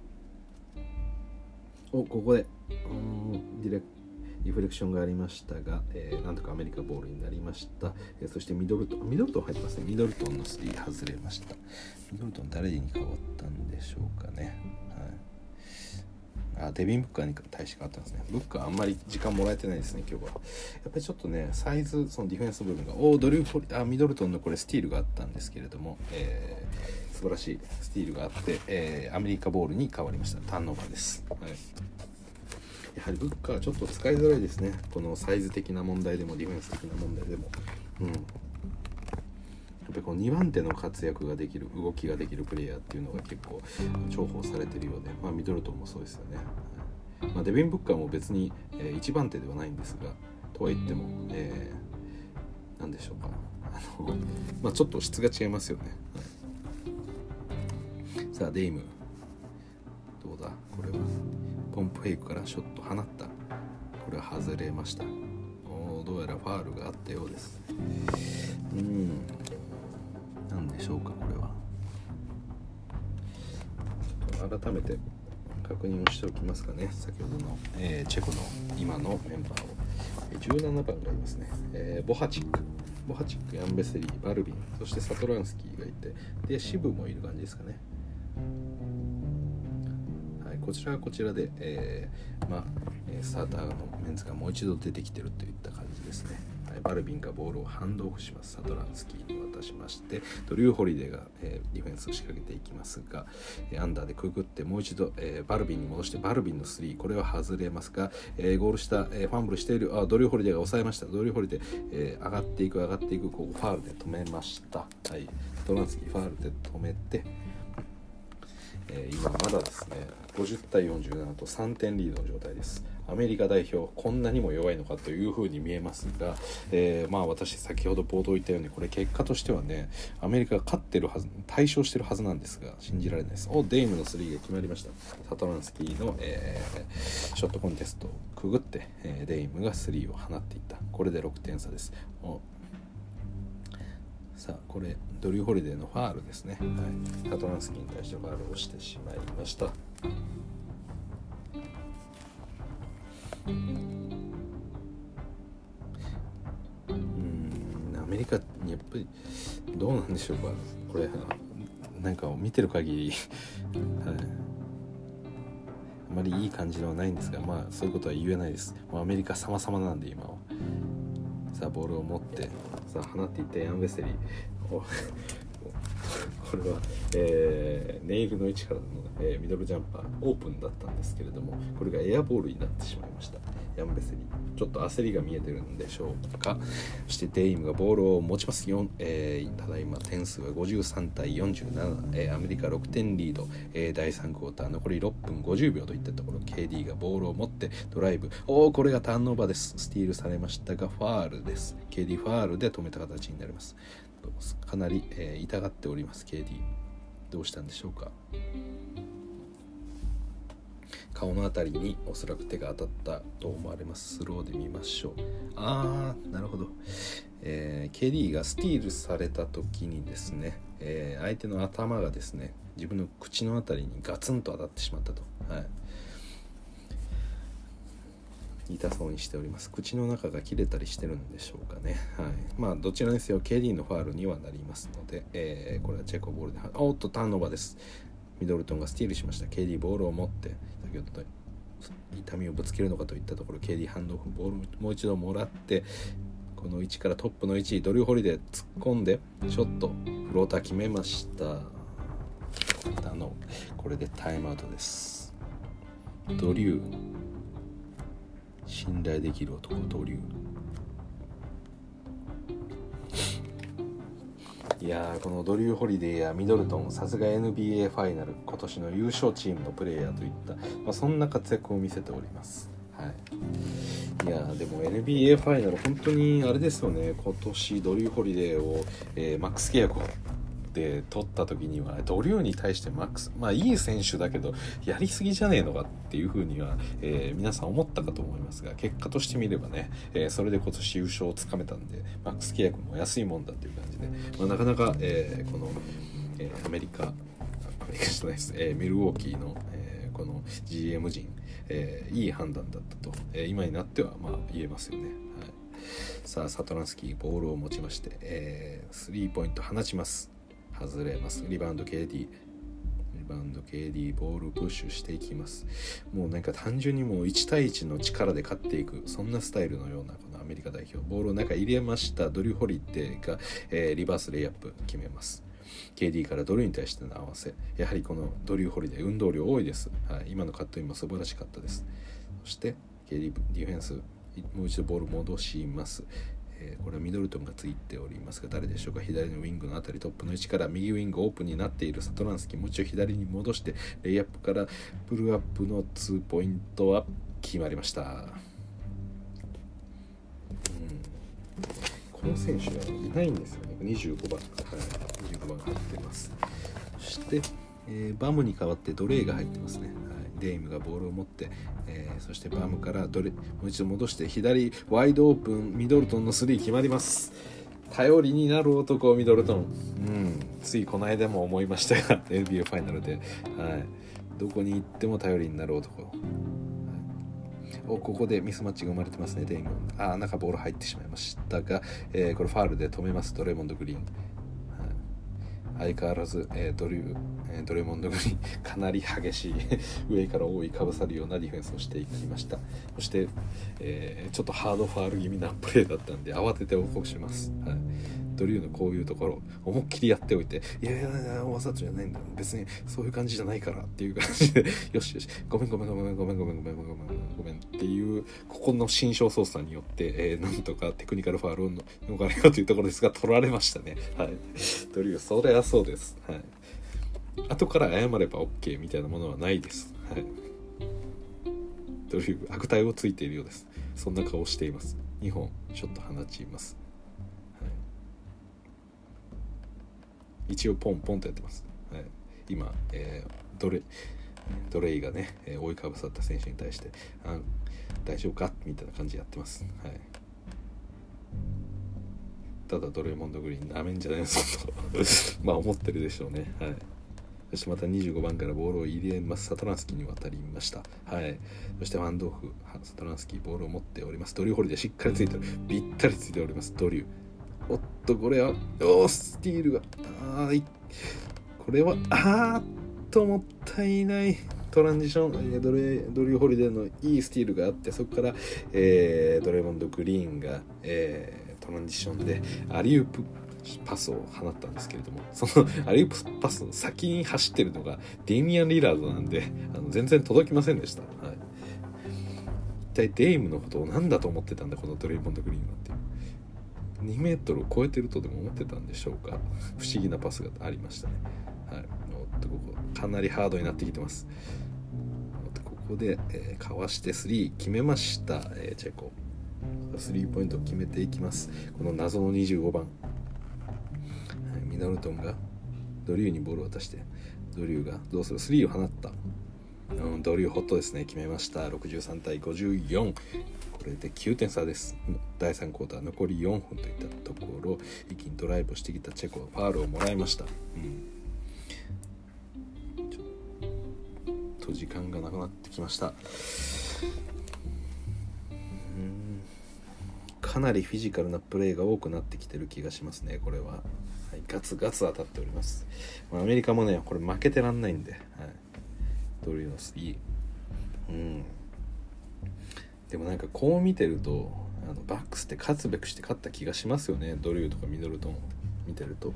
おここでディレリフレクションがありましたが、えー、なんとかアメリカボールになりました。えー、そしてミドルトンミドルトン入ってますね。ミドルトンのスリー外れました。ミドルトン誰に変わったんでしょうかね。はい。あ、デビン・ブッカーに対して変わったんですね。ブッカーあんまり時間もらえてないですね今日は。やっぱりちょっとねサイズ、そのディフェンス部分がおドリューあミドルトンのこれスティールがあったんですけれども、えー、素晴らしいスティールがあって、えー、アメリカボールに変わりました。ターンオーバーです。はい。やはりブッカーちょっと使いづらいですね。このサイズ的な問題でもディフェンス的な問題でも、うん。やっぱりこのにばん手の活躍ができる、動きができるプレイヤーっていうのが結構重宝されているようで、まあ、ミドルトンもそうですよね。まあ、デビン・ブッカーも別に、えー、いちばん手ではないんですが、とは言っても、えー、何でしょうか、あの、まあ、ちょっと質が違いますよね。はい、さあデイムどうだ、これはポンプフェイクからショット放った。これは外れました。おどうやらファールがあったようです。うん、何でしょうかこれは。ちょっと改めて確認をしておきますかね。先ほどの、えー、チェコの今のメンバーを、えー、じゅうななばんがいますね。えー、ボハチックボハチックヤンベセリー、バルビン、そしてサトランスキーがいて、でシブもいる感じですかね。はい、こちらはこちらで、えー、まあスターターのメンツがもう一度出てきてるといった感じですね。はい、バルビンがボールをハンドオフします。サトランスキーに渡しまして、ドリュー・ホリデーが、えー、ディフェンスを仕掛けていきますが、えー、アンダーでくぐってもう一度、えー、バルビンに戻して、バルビンのスリー、これは外れますが、えー、ゴールした、えー、ファンブルしているあドリュー・ホリデーが抑えました。ドリュー・ホリデー、えー、上がっていく上がっていく、ここファールで止めました。はい、サトランスキーファールで止めて、えー、今まだですねごじゅうたいよんじゅうななとさんてんリードの状態です。アメリカ代表こんなにも弱いのかというふうに見えますが、えー、まあ私先ほど冒頭言ったようにこれ結果としてはねアメリカが勝ってるはず、大勝してるはずなんですが信じられないです。おデイムのスリーが決まりました。サトランスキーの、えー、ショットコンテストをくぐって、えー、デイムがスリーを放っていった。これでろくてん差です。おさあこれドリュー・ホリデーのファールですね。はい、サトランスキーに対してファールをしてしまいました。うーんアメリカにやっぱりどうなんでしょうかこれ。なんか見てる限り、はい、あまりいい感じではないんですが、まあそういうことは言えないです。もうアメリカ様々なんで今は。さあボールを持ってさあ放っていったヤン・ベセリーこれは、えー、ネイルの位置からの、えー、ミドルジャンパーオープンだったんですけれども、これがエアボールになってしまいました。ヤンベセリちょっと焦りが見えてるんでしょうか。そしてデイムがボールを持ちます。えー、ただいま点数はごじゅうさんたいよんじゅうなな、えー、アメリカろくてんリード、えー、だいさんクォーター残りろっぷんごじゅうびょうといったところ、 ケーディー がボールを持ってドライブ、おーこれがターンオーバーです。スティールされましたがファールです。 ケーディー ファールで止めた形になります。かなり、えー、痛がっております。 ケーディー どうしたんでしょうか。顔のあたりにおそらく手が当たったと思われます。スローで見ましょう。あーなるほど、 えー、ケーディー がスティールされた時にですね、えー、相手の頭がですね自分の口のあたりにガツンと当たってしまったと、はい、痛そうにしております。口の中が切れたりしてるんでしょうかね、はい、まあどちらにせよ ケーディー のファウルにはなりますので、えー、これはチェコボールで、おっとターンオーバーです。ミドルトンがスティールしました。 ケーディー ボールを持って先ほどと痛みをぶつけるのかといったところ ケーディー ハンドオフ、ボールもう一度もらってこの位置からトップの位置ドリュー・ホリデー突っ込んでショットフローター決めました。あのこれでタイムアウトです。ドリュー、信頼できる男ドリュー。いやーこのドリュー・ホリデーやミドルトン、さすが エヌビーエー ファイナル今年の優勝チームのプレーヤーといった、まあ、そんな活躍を見せております。はい、いやでも エヌビーエー ファイナル本当にあれですよね。今年ドリュー・ホリデーを、えー、マックス契約で取った時にはドリューに対してマックス、まあいい選手だけどやりすぎじゃねえのかっていう風には、えー、皆さん思ったかと思いますが、結果としてみればね、えー、それで今年優勝をつかめたんでマックス契約も安いもんだっていう感じで、まあ、なかなか、えー、この、えー、アメリカアメリカじゃないです、えー、ミルウォーキーの、えー、この ジーエム 陣、えー、いい判断だったと、えー、今になってはまあ言えますよね。はい、さあサトランスキーボールを持ちまして、えー、スリーポイント放ちます。外れます。リバウンド ケーディー、 リバウンド ケーディー、ボールプッシュしていきます。もうなんか単純にもういち対いちの力で勝っていく、そんなスタイルのようなこのアメリカ代表。ボールを中入れました。ドリュー・ホリデーが、えー、リバースレイアップ決めます。ケーディー からドリューに対しての合わせ、やはりこのドリュー・ホリデー運動量多いです。はい、今のカットインも素晴らしかったです。そして ケーディー ディフェンスもう一度ボール戻します。えー、これはミドルトンがついておりますが誰でしょうか。左のウィングのあたりトップの位置から右ウィングオープンになっているサトランスキー、もう一度左に戻してレイアップからプルアップのツーポイントは決まりました。うん、この選手はいないんですよね。にじゅうごばん、はい、にじゅうごばん入ってます。そして、えー、バムに代わってドレイが入ってますね。はい、デイムがボールを持って、えー、そしてバムからドレもう一度戻して左ワイドオープン、ミドルトンのスリー決まります。頼りになる男ミドルトン、うん、ついこの間も思いましたがエヌビーエー ファイナルで、はい、どこに行っても頼りになる男、はい、おここでミスマッチが生まれてますね。デイム、あ中ボール入ってしまいましたが、えー、これファウルで止めます。ドレモンド・グリーン、相変わらず、えー、ドリュー、えー、ドレモンド・グリーンかなり激しい上から覆いかぶさるようなディフェンスをしていきました。そして、えー、ちょっとハードファール気味なプレーだったんで慌てて報告します。はい、ドリューのこういうところ思いっきりやっておいて、いやいやいやわざとじゃないんだ、別にそういう感じじゃないからっていう感じでよしよしごめんごめんごめんごめんごめんごめんごめんごめんごめんっていうここの心象操作によって、えー、なんとかテクニカルファールを逃れようというところですが取られましたね。はい、ドリューそれはそうです。はい、後から謝れば OK みたいなものはないです。はい、ドリュー悪態をついているようです。そんな顔をしています。にほんショット放ちます。一応ポンポンとやってます。はい、今、えー、ドレドレイがね、えー、追いかぶさった選手に対してあ大丈夫かみたいな感じでやってます。はい、ただドレモンド・グリーンなめんじゃないぞとまあ思ってるでしょうね。はい、そしてまたにじゅうごばんからボールを入れます。サトランスキーに渡りました。はい、そしてワンドーフサトランスキーボールを持っております。ドリュー・ホリでしっかりついてる、ぴったりついております。ドリュー、おっとこれはおースティールがあーこれはあーっともったいないトランジション、ドレドリュー・ホリデーのいいスティールがあって、そこから、えー、ドレモンド・グリーンが、えー、トランジションでアリウープパスを放ったんですけれども、そのアリウープパスの先に走ってるのがデイミアン・リラードなんであの全然届きませんでした。はい、一体デイムのことを何だと思ってたんだこのドレモンド・グリーンはっていうにメートルを超えてるとでも思ってたんでしょうか。不思議なパスがありましたね。はい、おっとここかなりハードになってきてます。ここで、えー、かわしてスリー決めました。えー、チェコスリーポイントを決めていきます。この謎のにじゅうごばん、はい、ミドルトンがドリューにボールを渡してドリューがどうするスリーを放った。 うん、ドリューホットですね。決めました。ろくじゅうさんたいごじゅうよん。これできゅうてん差です。だいさんクォーター残りよんぷんといったところ、一気にドライブをしてきたチェコはファウルをもらいました。うん、ちょっと時間がなくなってきました。うんかなりフィジカルなプレーが多くなってきてる気がしますね。これは、はい、ガツガツ当たっております。アメリカもねこれ負けてらんないんで、はい、ドリューのスリー、うん、でもなんかこう見てるとあのバックスって勝つべくして勝った気がしますよね。ドリューとかミドルトンを見てると。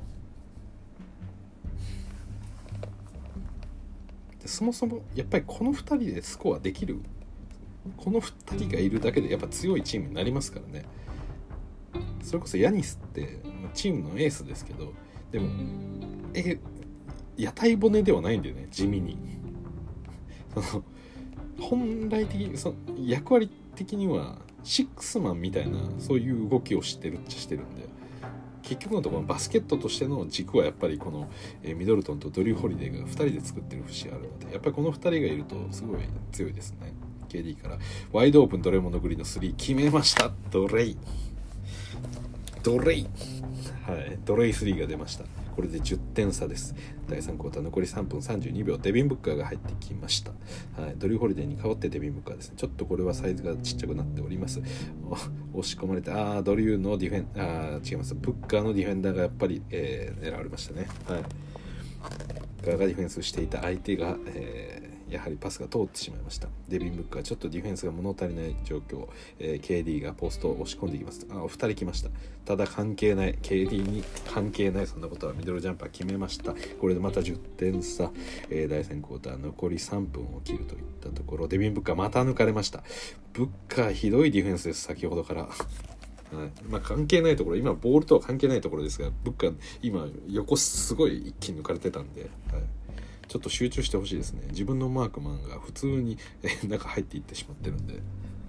でそもそもやっぱりこのふたりでスコアできる、このふたりがいるだけでやっぱ強いチームになりますからね。それこそヤニスってチームのエースですけど、でもえ屋台骨ではないんだよね。地味にその本来的にその役割的にはシックスマンみたいなそういう動きをしてるっちゃしてるんで、結局のところバスケットとしての軸はやっぱりこのミドルトンとドリュー・ホリデーがふたりで作ってる節があるので、やっぱりこのふたりがいるとすごい強いですね。 ケーディー からワイドオープンドレモンド・グリーンのスリー決めました。ドレイドレイはい、ドレイスリーが出ました。これでじゅってん差です。だいさんクォーター残りさんぷんさんじゅうにびょう、デビン・ブッカーが入ってきました。はい、ドリュー・ホリデーに代わってデビン・ブッカーですね。ちょっとこれはサイズがちっちゃくなっております。押し込まれて、あードリューのディフェンあー違います、ブッカーのディフェンダーがやっぱり、えー、狙われましたね。はい、ガーがディフェンスしていた相手が、えーやはりパスが通ってしまいました。デビン・ブッカーちょっとディフェンスが物足りない状況、えー、ケーディー がポストを押し込んでいきます。あ、ふたり来ました。ただ関係ない、 ケーディー に関係ない、そんなことは。ミドルジャンパー決めました。これでまたじゅってん差、えー、だいさんクォーター残りさんぷんを切るといったところ、デビン・ブッカーまた抜かれました。ブッカーひどいディフェンスです。先ほどからはいまあ、関係ないところ、今ボールとは関係ないところですが、ブッカー今横すごい一気に抜かれてたんで、はい、ちょっと集中してほしいですね。自分のマークマンが普通に中入っていってしまってるんで、はい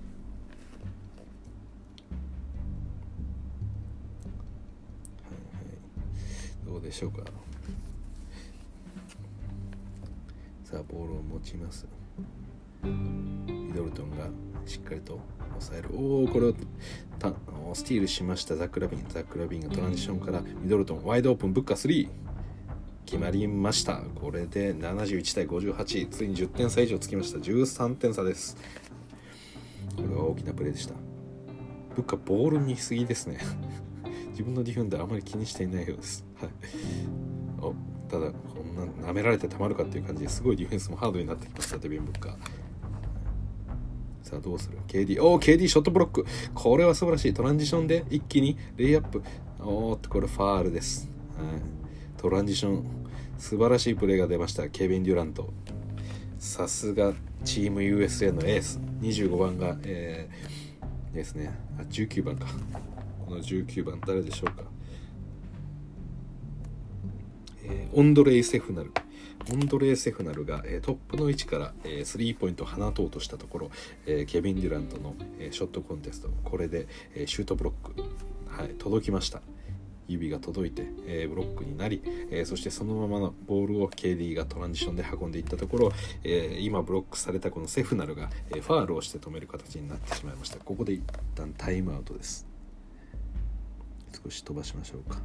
はい、どうでしょうか。さあボールを持ちます。ミドルトンがしっかりと抑える。おお、これをたスティールしました。ザック・ラビンザック・ラビンがトランジションからミドルトンワイドオープン、ブッカースリー決まりました。これでななじゅういちたいごじゅうはち、ついにじゅってん差以上つきました。じゅうさんてん差です。これは大きなプレーでした。ブッカボールに過ぎですね自分のディフェンダーあまり気にしていないようです、はい、おただこんな舐められてたまるかっていう感じですごいディフェンスもハードになってきました。デビン・ブッカーさあどうする。 ケーディー おー ケーディー ショットブロック、これは素晴らしい。トランジションで一気にレイアップ、おーっとこれファールです、はい、トランジション素晴らしいプレーが出ました。ケビン・デュラント、さすがチーム ユーエスエー のエース。にじゅうごばんが、えー、ですね。あ、じゅうきゅうばんか。このじゅうきゅうばん誰でしょうか。えー、オンドレイ・セフナル。オンドレイ・セフナルが、えー、トップの位置から、えー、スリーポイントを放とうとしたところ、えー、ケビン・デュラントの、えー、ショットコンテスト、これで、えー、シュートブロック、はい、届きました。指が届いて、えー、ブロックになり、えー、そしてそのままのボールを ケーディー がトランジションで運んでいったところ、えー、今ブロックされたこのセフナルが、えー、ファールをして止める形になってしまいました。ここで一旦タイムアウトです。少し飛ばしましょうか。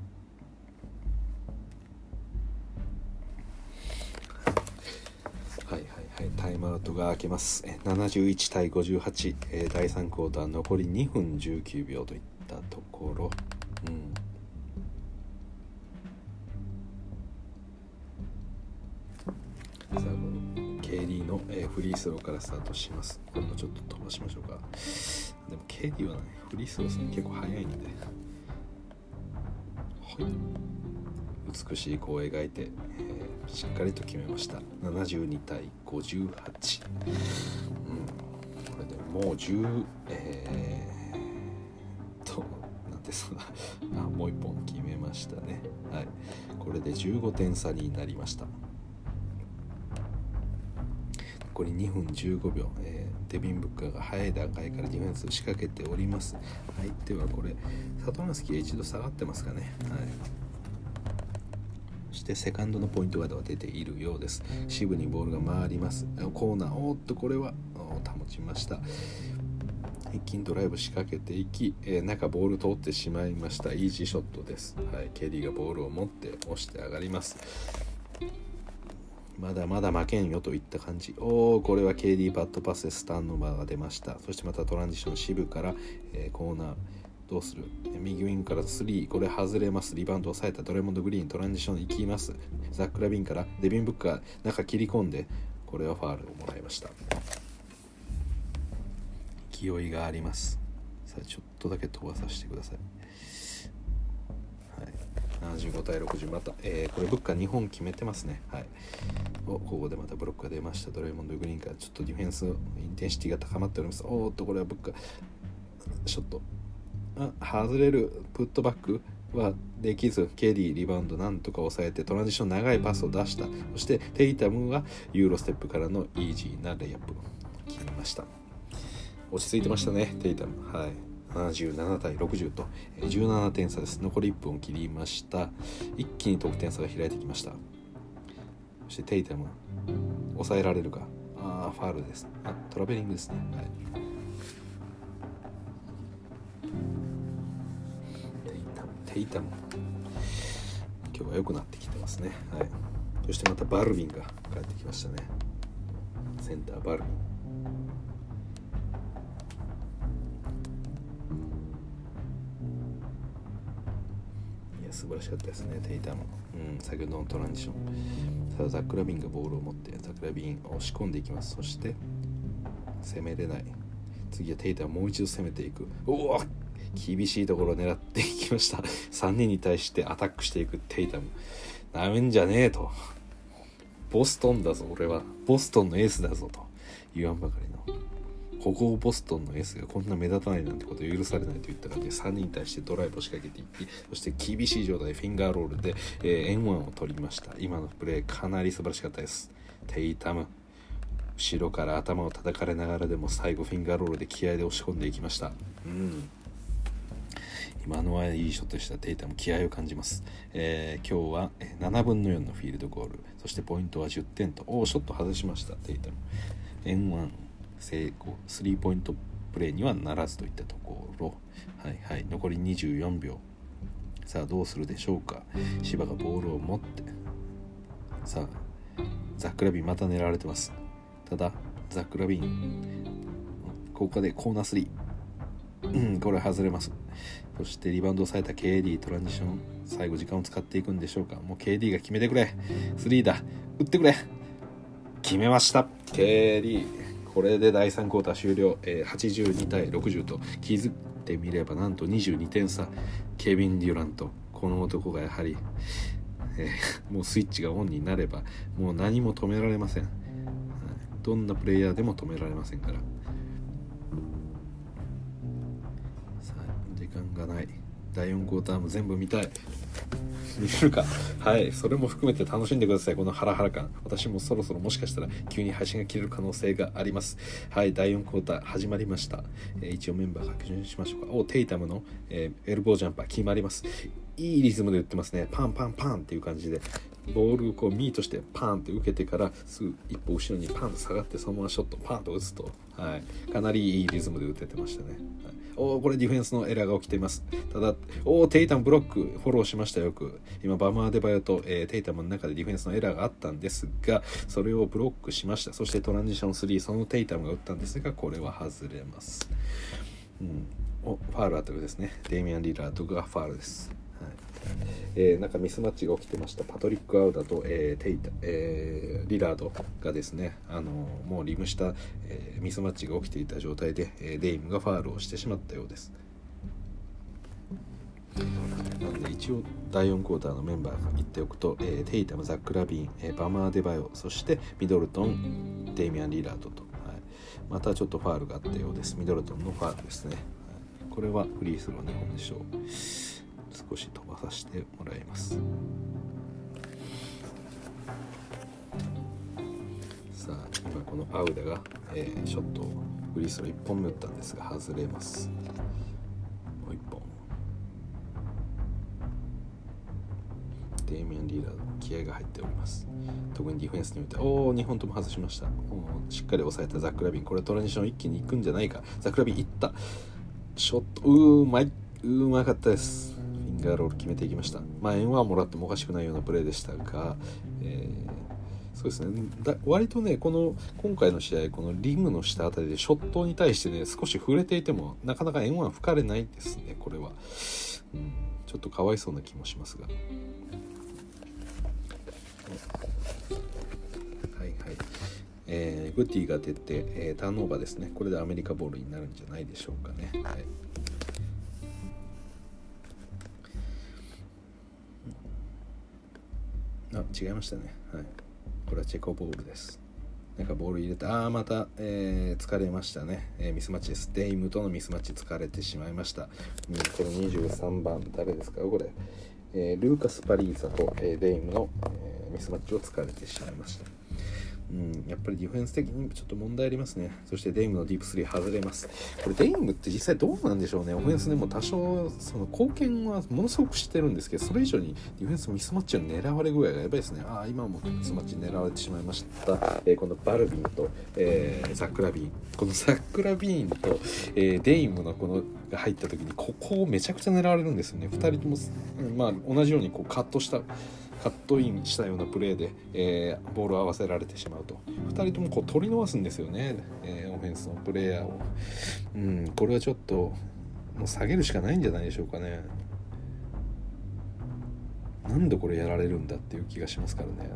はいはいはい、タイムアウトが明けます。ななじゅういちたいごじゅうはち、えー、だいさんクォーター残りにふんじゅうきゅうびょうといったところ、うん、さあこの ケーディー の、えー、フリースローからスタートします。これもちょっと飛ばしましょうか。でも ケーディー はねフリースローするの結構早いんで、はい、美しい弧を描いて、えー、しっかりと決めました。ななじゅうにたいごじゅうはち、うん、これでもうじゅうえー、となんてそんなあもう一本決めましたね。はい、これでじゅうごてん差になりました。残りにふんじゅうごびょう、えー、デビン・ブッカーが早い段階からディフェンスを仕掛けております。相手はこれサトマンスキーが一度下がってますかね。はい、 してセカンドのポイントガードが出ているようです。渋にボールが回ります。コーナー、おーっとこれは保ちました。一気にドライブ仕掛けていき、えー、中ボール通ってしまいました。イージーショットです。はい、ケリーがボールを持って押して上がります。まだまだ負けんよといった感じ。おお、これは ケーディー バットパスでスタンドバーが出ました。そしてまたトランジション渋から、えー、コーナーどうする、右ウィングからスリー、これ外れます。リバウンドを抑えたドレモンド・グリーン、トランジション行きます。ザック・ラビンからデビン・ブッカー中切り込んで、これはファールをもらいました。勢いがあります。さあちょっとだけ飛ばさせてください。はい、ななじゅうごたいろくじゅう、また、えー、これブッカーにほん決めてますね。はい、おここでまたブロックが出ました。ドレモンド・グリーンからちょっとディフェンスインテンシティが高まっております。おーっとこれはブッカーショット、あ外れる。プットバックはできず、ケリーリバウンドなんとか抑えてトランジション長いパスを出した。そしてテイタムはユーロステップからのイージーなレイアップ決めました。落ち着いてましたね、テイタム。はい、ななじゅうななたいろくじゅうとじゅうななてん差です。残りいっぷんを切りました。一気に得点差が開いてきました。そしてテイタム抑えられるか。あーファールです。あトラベリングですね。はい、テイタム今日は良くなってきてますね。はい、そしてまたバルビンが帰ってきましたね。センターバルビン、いや素晴らしかったですね。テイタム、うん、先ほどのトランジション。さあザック・ラビンがボールを持ってザック・ラビンを押し込んでいきます。そして攻めれない。次はテイタムもう一度攻めていく。おお厳しいところを狙っていきました。さんにんに対してアタックしていくテイタム。なめんじゃねえと。ボストンだぞ俺は。ボストンのエースだぞと言わんばかりの。ここをボストンのエースがこんな目立たないなんてことを許されないといった感じでさんにんに対してドライブを仕掛けていき、そして厳しい状態でフィンガーロールで、えー、エムワン を取りました。今のプレーかなり素晴らしかったです。テイタム後ろから頭を叩かれながらでも最後フィンガーロールで気合で押し込んでいきました。うん今のはいいショットでした。テイタム気合を感じます。えー、今日はななぶんのよんのフィールドゴール、そしてポイントはじゅってんと、おーショット外しました。テイタム エムワン 成功、スリーポイントプレーにはならずといったところ。はいはい、残りにじゅうよんびょう。さあどうするでしょうか。芝がボールを持って、さあザック・ラビンまた狙われてます。ただザック・ラビンここでコーナースリー、うん、これ外れます。そしてリバウンドを抑えた ケーディー トランジション、最後時間を使っていくんでしょうか。もう ケーディー が決めてくれ。スリーだ、打ってくれ。決めました ケーディー。 これでだいさんクォーター終了、えー、はちじゅうにたいろくじゅうと気づいてみればなんとにじゅうにてん差。ケビン・デュラント、この男がやはり、えー、もうスイッチがオンになればもう何も止められません。どんなプレイヤーでも止められませんから。さあ時間がない。だいよんクォーターも全部見たい。見れるか。はい、それも含めて楽しんでください。このハラハラ感。私もそろそろもしかしたら急に配信が切れる可能性があります。はい、だいよんクォーター始まりました。えー、一応メンバー確認しましょうか。おテイタムの、えー、エルボージャンパー決まります。いいリズムで打ってますね。パンパンパンっていう感じでボールをこうミートしてパンって受けてからすぐ一歩後ろにパンと下がってそのままショットパンと打つと、はい、かなりいいリズムで打ててましたね。はい、おこれディフェンスのエラーが起きています。ただおテイタムブロックフォローしました。よく今バムアデバヨと、えー、テイタムの中でディフェンスのエラーがあったんですがそれをブロックしました。そしてトランジションスリー、そのテイタムが打ったんですがこれは外れます。うん、おファールあたるですね。デイミアン・リラードがファールです。えー、なんかミスマッチが起きてました。パトリック・アウダと、えーテイタえー、リラードがですね、あのー、もうリムした、えー、ミスマッチが起きていた状態で、えー、デイムがファールをしてしまったようです。なので一応だいよんクォーターのメンバーが言っておくと、えー、テイタム、ザック・ラビン、えー、バマー・デバヨ、そしてミドルトン、デイミアン・リラードと、はい、またちょっとファールがあったようです。ミドルトンのファールですね。はい、これはフリースローにほんでしょう。少し飛ばさせてもらいます。さあ今このアウダが、えー、ショットをフリースローいっぽんめ打ったんですが外れます。もういっぽんデイミアン・リーラード気合が入っております。特にディフェンスにおいて、おーにほんとも外しました。しっかり抑えたザック・ラビン、これトランジション一気に行くんじゃないか。ザック・ラビンいった、ショット、うーまいうまかったです。フィンガーロール決めていきました。まあ円はもらってもおかしくないようなプレーでしたが、えー、そうですね、だ割とねこの今回の試合、このリムの下あたりでショットに対してね少し触れていてもなかなか円は吹かれないですね。これは、うん、ちょっとかわいそうな気もしますが、はいはい、えー、グッティが出て、えー、ターンオーバーですね。これでアメリカボールになるんじゃないでしょうかね。はい、あ、違いましたね。はい、これはチェコボールです。なんかボール入れた、ああまた、えー、疲れましたね、えー、ミスマッチです。デイムとのミスマッチ疲れてしまいました。うん、このにじゅうさんばん誰ですかこれ、えー、ルーカス・パリーザと、えー、デイムの、えー、ミスマッチを疲れてしまいました。うん、やっぱりディフェンス的にちょっと問題ありますね。そしてデイムのディープスリー外れます。これデイムって実際どうなんでしょうね。オフェンスでも多少その貢献はものすごくしてるんですけど、それ以上にディフェンスミスマッチの狙われ具合がやばいですね。ああ今もミスマッチ狙われてしまいました。えー、このバルビンと、えー、ザック・ラビン、このザック・ラビンと、えー、デイムのこのが入った時にここをめちゃくちゃ狙われるんですよね。ふたりとも、うん、まあ同じようにこうカットしたカットインしたようなプレーで、えー、ボールを合わせられてしまうと、ふたりともこう取り逃すんですよね、えー、オフェンスのプレイヤーを。うん、これはちょっともう下げるしかないんじゃないでしょうかね。何度これやられるんだっていう気がしますからね。なんか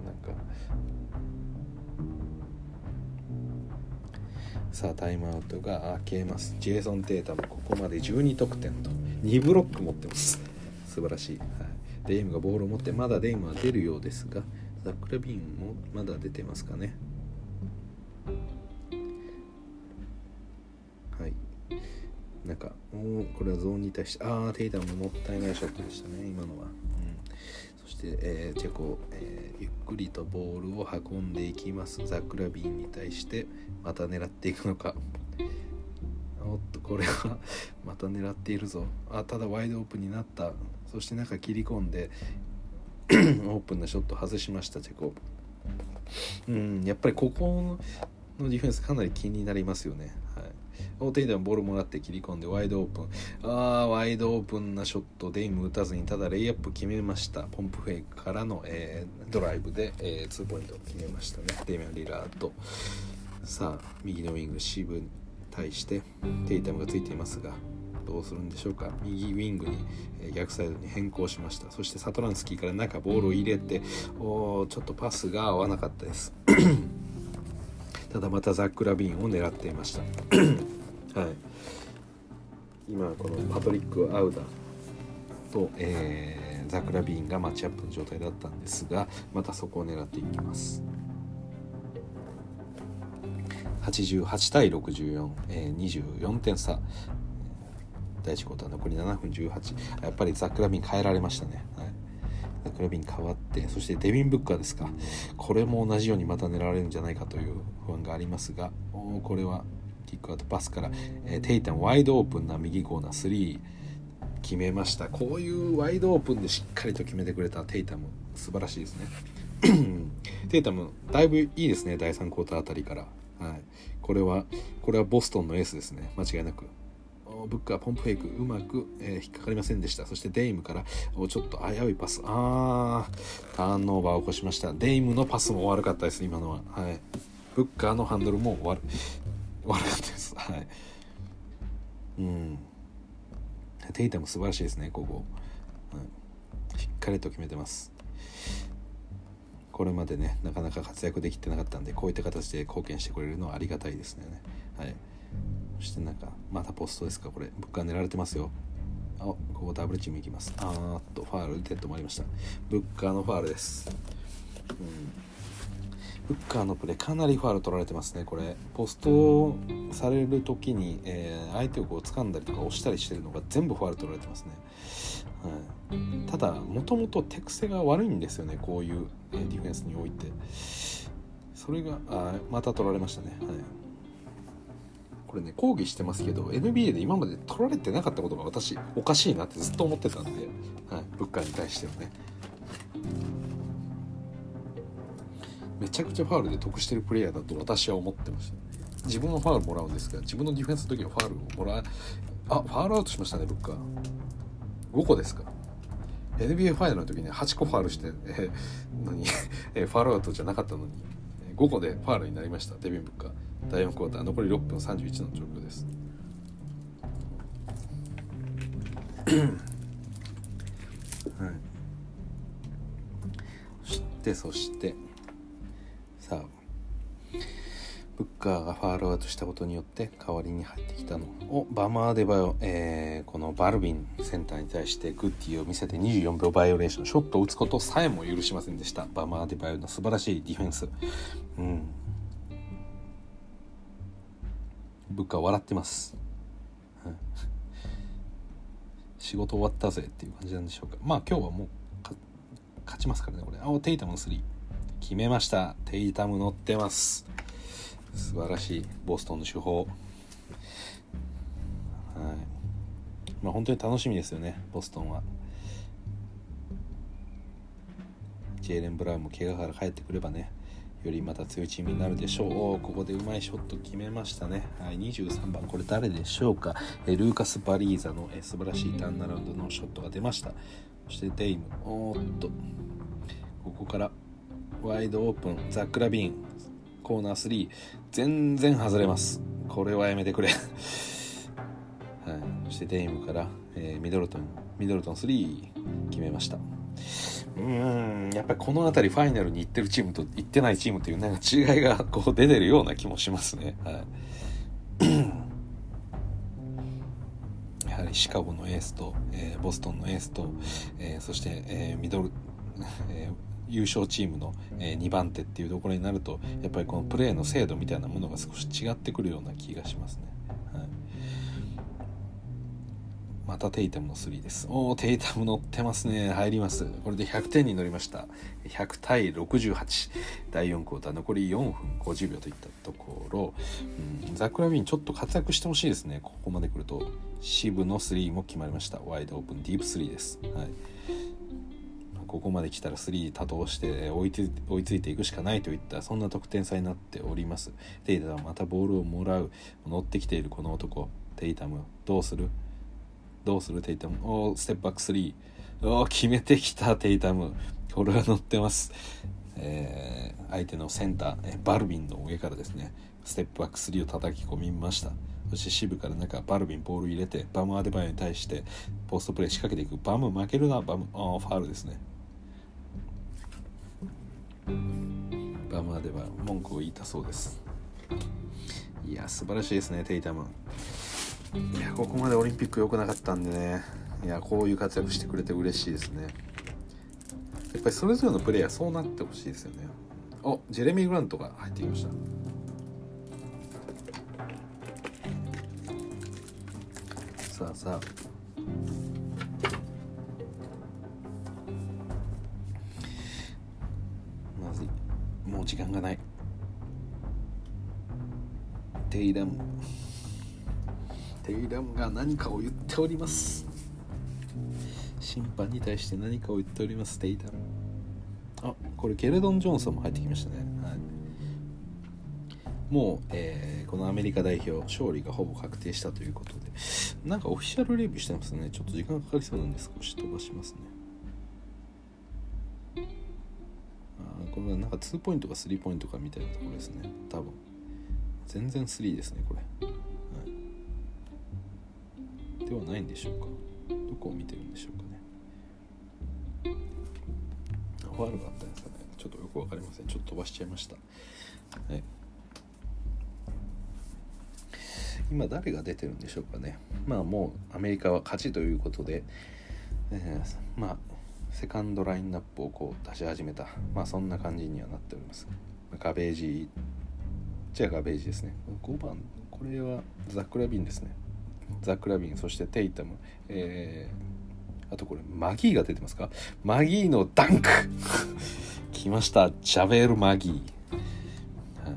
さあタイムアウトが消えます。ジェイソン・テータもここまでじゅうに得点とにブロック持ってます。素晴らしい。はい、デイムがボールを持って、まだデイムは出るようですが、ザック・ラビンもまだ出てますかね。はい、なんかおこれはゾーンに対して、ああテイタムももったいないショットでしたね今のは。うん、そして、えー、チェコ、えー、ゆっくりとボールを運んでいきます。ザック・ラビンに対してまた狙っていくのか。おっとこれはまた狙っているぞ。あただワイドオープンになった。そして中切り込んでオープンなショット外しましたチェコ。うん、やっぱりここのディフェンスかなり気になりますよね。はい、オーテイダーボールもらって切り込んでワイドオープン、あーワイドオープンなショット、デイム打たずにただレイアップ決めました。ポンプフェイクからの、えー、ドライブで、えー、ツーポイントを決めましたね。デイミアン・リラード。さあ右のウィングシブに対してテイタムがついていますがどうするんでしょうか。右ウィングに逆サイドに変更しました。そしてサトランスキーから中ボールを入れて、おちょっとパスが合わなかったですただまたザック・ラビーンを狙っていましたはい、今このパトリック・アウダと、えー、ザック・ラビーンがマッチアップの状態だったんですが、またそこを狙っていきます。はちじゅうはちたいろくじゅうよん、えー、にじゅうよんてん差。だいいちクォーター残りななふんじゅうはち。やっぱりザック・ラビン変えられましたね。はい、ザック・ラビン変わって、そしてデビン・ブッカーですか。これも同じようにまた狙われるんじゃないかという不安がありますが、おこれはキックアウトパスから、えー、テイタンワイドオープンな右コーナースリー決めました。こういうワイドオープンでしっかりと決めてくれたテイタム素晴らしいですねテイタムだいぶいいですね。だいさんクォーターあたりから。はい、これはこれはボストンのエースですね、間違いなく。ブッカーポンプフェイクうまく、えー、引っかかりませんでした。そしてデイムからちょっと危ういパス、あーターンオーバーを起こしました。デイムのパスも悪かったです今のは。はい、ブッカーのハンドルも悪悪かったです。はい、うんテイタム素晴らしいですねここ、はい、しっかりと決めてます。これまでねなかなか活躍できてなかったんで、こういった形で貢献してくれるのはありがたいですね。はい、そしてなんかまたポストですか。これブッカー狙われてますよ。あここダブルチームいきます。あーっとファールで止まりました。ブッカーのファールです。うんブッカーのプレーかなりファール取られてますね。これポストされる時に、えー、相手をこう掴んだりとか押したりしてるのが全部ファール取られてますね。はい、ただもともと手癖が悪いんですよねこういう、えー、ディフェンスにおいて。それがあまた取られましたね。はい、これね抗議してますけど エヌビーエー で今まで取られてなかったことが私おかしいなってずっと思ってたんで、はい、ブッカーに対してはね。 めちゃくちゃファウルで得してるプレイヤーだと私は思ってました。自分のファウルもらうんですが、自分のディフェンスの時はファウルをもらう。あ、ファウルアウトしましたね、ブッカー。ごこですか。 エヌビーエー ファイナルの時にはちこファウルして、えー、のにファウルアウトじゃなかったのにごこでファウルになりました。デビン・ブッカー。だいよんクォーター残りろっぷんさんじゅういちの状況です。はい、そしてそしてさあブッカーがファウルアウトしたことによって代わりに入ってきたのをバマーデバヨ、えー、このバルビンセンターに対してグッディを見せてにじゅうよんびょうバイオレーション、ショットを打つことさえも許しませんでした。バマーデバヨの素晴らしいディフェンス、うん、ブッカー笑ってます、うん、仕事終わったぜっていう感じなんでしょうか。まあ今日はもう勝ちますからねこれ。あ、テイタムのスリー決めました。テイタム乗ってます。素晴らしいボストンの手法。はい、まあ本当に楽しみですよねボストンは。ジェイレン・ブラウンも怪我から帰ってくればね、よりまた強いチームになるでしょう。ここでうまいショット決めましたね。はい、にじゅうさんばんこれ誰でしょうか。えルーカス・バリーザのえ素晴らしいターンアラウンドのショットが出ました。そしてデイム、おーっとここからワイドオープン、ザック・ラビーンコーナースリー全然外れます。これはやめてくれ、はい、そしてデイムから、えー、ミドルトンミドルトンスリー決めました。うーんやっぱりこの辺りファイナルに行ってるチームと行ってないチームというなんか違いがこう出てるような気もしますね、はい、やはりシカゴのエースと、えー、ボストンのエースと、えー、そして、えー、ミドル、えー優勝チームのにばん手っていうところになるとやっぱりこのプレーの精度みたいなものが少し違ってくるような気がしますね、はい、またテイタムのスリーです。おーテイタム乗ってますね。入ります。これでひゃくてんに乗りました。ひゃくたいろくじゅうはち、だいよんクォーター残りよんぷんごじゅうびょうといったところ、うん、ザック・ラビーンちょっと活躍してほしいですね。ここまで来ると渋のスリーも決まりました。ワイドオープンディープスリーです、はい、ここまで来たらスリー多投して追いつ追いついていくしかないといったそんな得点差になっております。テイタムまたボールをもらう。乗ってきているこの男テイタムどうするどうするテイタム。おーステップバックスリーおー決めてきたテイタム。これは乗ってます、えー、相手のセンターバルビンの上からですねステップバックスリーを叩き込みました。そして渋から中バルビンボール入れてバムアデバイオに対してポストプレー仕掛けていく。バム負けるなバム。あーファウルですね。バムアデバイオ文句を言いたそうです。いや素晴らしいですねテイタム。いやここまでオリンピック良くなかったんでね、いやこういう活躍してくれて嬉しいですね。やっぱりそれぞれのプレイヤーそうなってほしいですよね。おジェレミー・グラントが入ってきました。さあさあまずいもう時間がない。テイラムテイラムが何かを言っております。審判に対して何かを言っております。テイラム。あこれケルドン・ジョンソンも入ってきましたね、はい、もう、えー、このアメリカ代表勝利がほぼ確定したということでなんかオフィシャルレビューしてますね。ちょっと時間かかりそうなんで少し飛ばしますね。あこれはなんかにポイントかさんポイントかみたいなところですね。多分全然さんですねこれ、はい、ではないんでしょうか。どこを見てるんでしょうかね。ファウルがあったんですかね。ちょっとよくわかりません。ちょっと飛ばしちゃいました、はい、今誰が出てるんでしょうかね。まあもうアメリカは勝ちということで、えー、まあセカンドラインナップをこう出し始めた、まあそんな感じにはなっております。ガベージじゃあガベージですね。ごばんこれはザック・ラビンですね。ザック・ラビンそしてテイタム、えー、あとこれマギーが出てますか。マギーのダンク来ました。ジャベール・マギー、はい、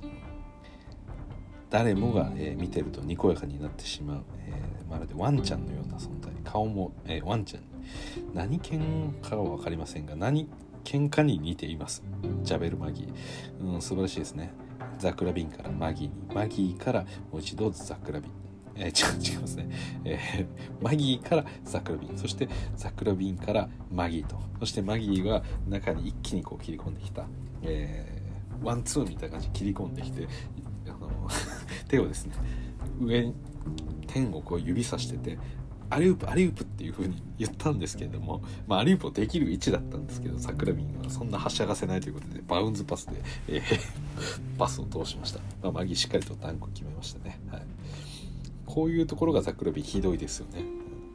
誰もが、えー、見てるとにこやかになってしまう、えー、まるでワンちゃんのような存在。顔も、えー、ワンちゃん何犬かは分かりませんが何喧嘩に似ています。ジャベル・マギー、うん、素晴らしいですね。ザクラビンからマギーに、マギーからもう一度ザクラビン、えー、違う違いますね、えー、マギーからザクラビン、そしてザクラビンからマギーと、そしてマギーは中に一気にこう切り込んできた、えー、ワンツーみたいな感じで切り込んできて、あの手をですね上に天をこう指さしてて、アリウープアリウープっていう風に言ったんですけれども、まあ、アリウープをできる位置だったんですけど、サクラビンはそんなはしゃがせないということでバウンズパスで、えー、パスを通しました。まあ、マギーしっかりとダンクを決めましたね、はい、こういうところがザクラビンひどいですよね。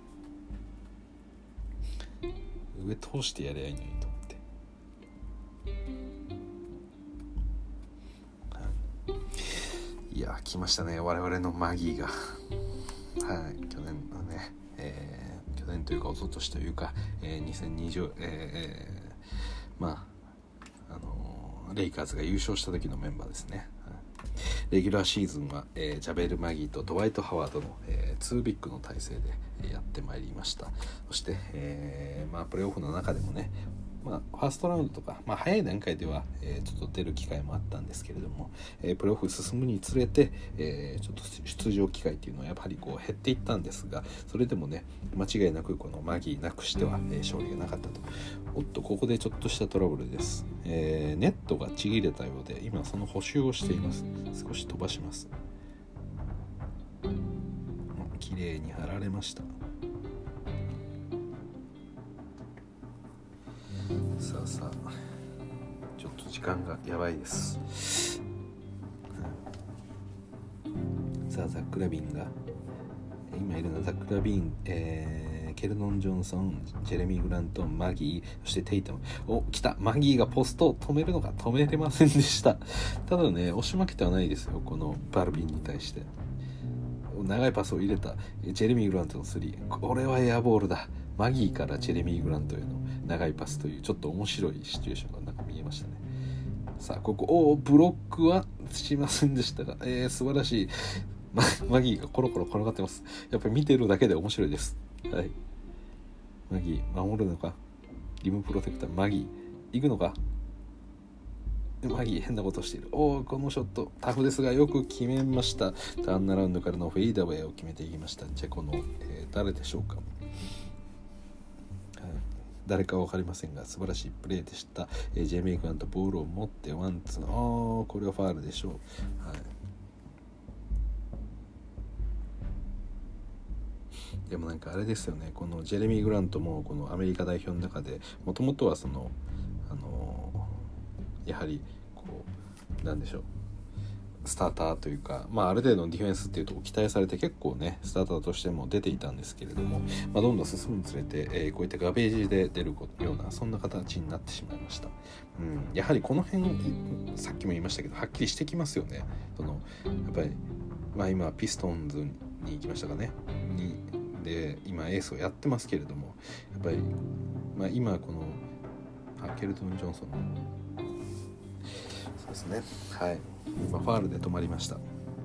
上通してやりゃいいのにと思って、はい、いや来ましたね我々のマギーが、はい、去年のね、えー去年というか一昨年というか、えー、にせんにじゅう、えー、まあ、あのー、レイカーズが優勝した時のメンバーですね。レギュラーシーズンは、えー、ジャベル・マギーとドワイト・ハワードの、えー、ツービッグの体制でやってまいりました。そして、えーまあ、プレーオフの中でもね、まあ、ファーストラウンドとか、まあ、早い段階では、えー、ちょっと出る機会もあったんですけれども、えー、プレーオフ進むにつれて、えー、ちょっと出場機会っていうのはやっぱりこう減っていったんですが、それでもね間違いなくこのマギーなくしては、えー、勝利がなかったと。おっとここでちょっとしたトラブルです、えー、ネットがちぎれたようで今その補修をしています。少し飛ばします。綺麗に貼られました。さあさあちょっと時間がやばいです、うん、さあザック・ラビンが今いるのはザック・ラビン、えー、ケルノン・ジョンソン、ジェレミー・グラント、マギー、そしてテイタム。お来た、マギーがポストを止めるのか止めれませんでした。ただね押し負けてはないですよこのバルビンに対して。長いパスを入れたジェレミー・グラントのスリー、これはエアボールだ。マギーからジェレミー・グラントへの長いパスというちょっと面白いシチュエーションがなんか見えましたね。さあここおブロックはしませんでしたが、えー、素晴らしいマ, マギーがコロコロ転がってます。やっぱり見てるだけで面白いです。はい、マギー守るのか、リムプロテクターマギー行くのか、マギー変なことしている。おーこのショットタフですがよく決めました。ターンアラウンドからのフェイダーウェイを決めていきました。チェコの、えー、誰でしょうか、はい、誰か分かりませんが素晴らしいプレーでした。えー、ジェミー・グラントボールを持ってワンツー、あーこれはファウルでしょう。はい、でもなんかあれですよね、このジェレミー・グラントもこのアメリカ代表の中でもともとはその、あのー、やはりこうなんでしょうスターターというか、まあ、ある程度のディフェンスっていうとこ期待されて結構ねスターターとしても出ていたんですけれども、まあ、どんどん進むにつれて、えー、こういったガベージで出るようなそんな形になってしまいました。うん、やはりこの辺さっきも言いましたけどはっきりしてきますよね。そのやっぱり、まあ、今ピストンズに行きましたかねにで今エースをやってますけれども、やっぱり、まあ、今このあケルトン・ジョンソンのそうですね、はい今ファールで止まりました。うん、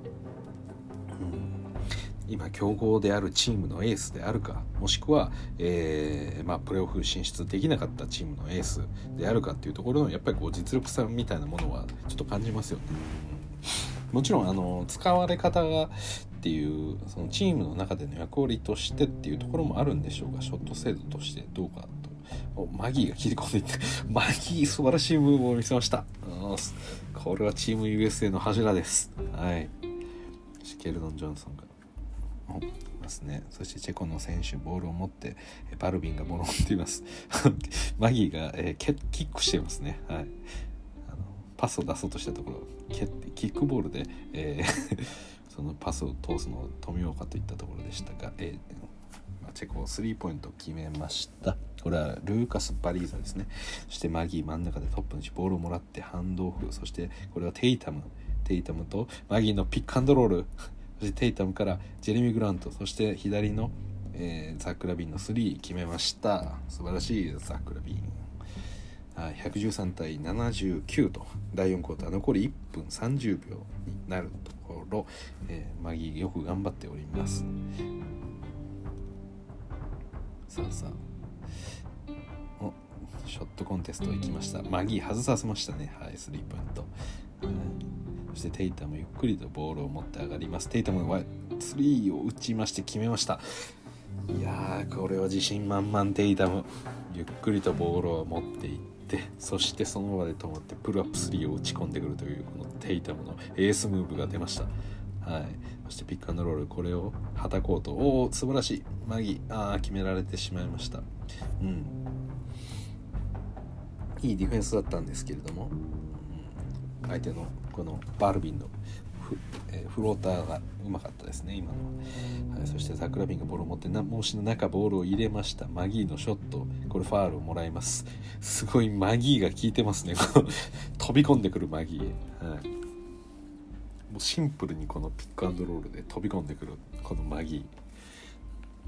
今強豪であるチームのエースであるか、もしくは、えーまあ、プレーオフ進出できなかったチームのエースであるかっていうところのやっぱりこう実力差みたいなものはちょっと感じますよね。うん、もちろんあの使われ方がっていうそのチームの中での役割としてっていうところもあるんでしょうが、ショット精度としてどうかと。マギーが切り込んでいってマギー素晴らしいムーブを見せました。これはチーム ユーエスエー の柱です。はい、ケルドン・ジョンソンがいますね。そしてチェコの選手ボールを持ってバルビンがボールを持っていますマギーが、えー、キックしていますね。はい、あのパスを出そうとしたところキックボールで、えー、そのパスを通すのを止めようかといったところでしたが、えーまあ、チェコスリーポイントを決めました。これはルーカス・バリーザですね。そしてマギー真ん中でトップの位置ボールをもらってハンドオフ、そしてこれはテイタムテイタムとマギーのピックアンドロール、そしてテイタムからジェレミー・グラント、そして左の、えー、ザック・ラビンのスリー決めました。素晴らしいザック・ラビン。はい、ひゃくじゅうさんたいななじゅうきゅうとだいよんクォーター残りいっぷんさんじゅうびょうになるところ、えー、マギーよく頑張っております。さあさあ
ショットコンテスト行きました。マギー外させましたね。はい、スリーポイント。はい、そしてテイタムゆっくりとボールを持って上がります。テイタムはスリーを打ちまして決めました。いやー、これは自信満々。テイタムゆっくりとボールを持っていって、そしてその場で止まってプルアップスリーを打ち込んでくるというこのテイタムのエースムーブが出ました。はい、そしてピックアンドロール、これをはたこうと、おお素晴らしい。マギー、あー決められてしまいました。うん、いいディフェンスだったんですけれども、うん、相手のこのバルビンの フ,、えー、フローターがうまかったですね今のは。はい、そしてザクラビンがボールを持ってな帽子の中ボールを入れました。マギーのショット、これファールをもらいます。すごいマギーが効いてますね飛び込んでくるマギー、はい、もうシンプルにこのピックアンドロールで飛び込んでくるこのマギー。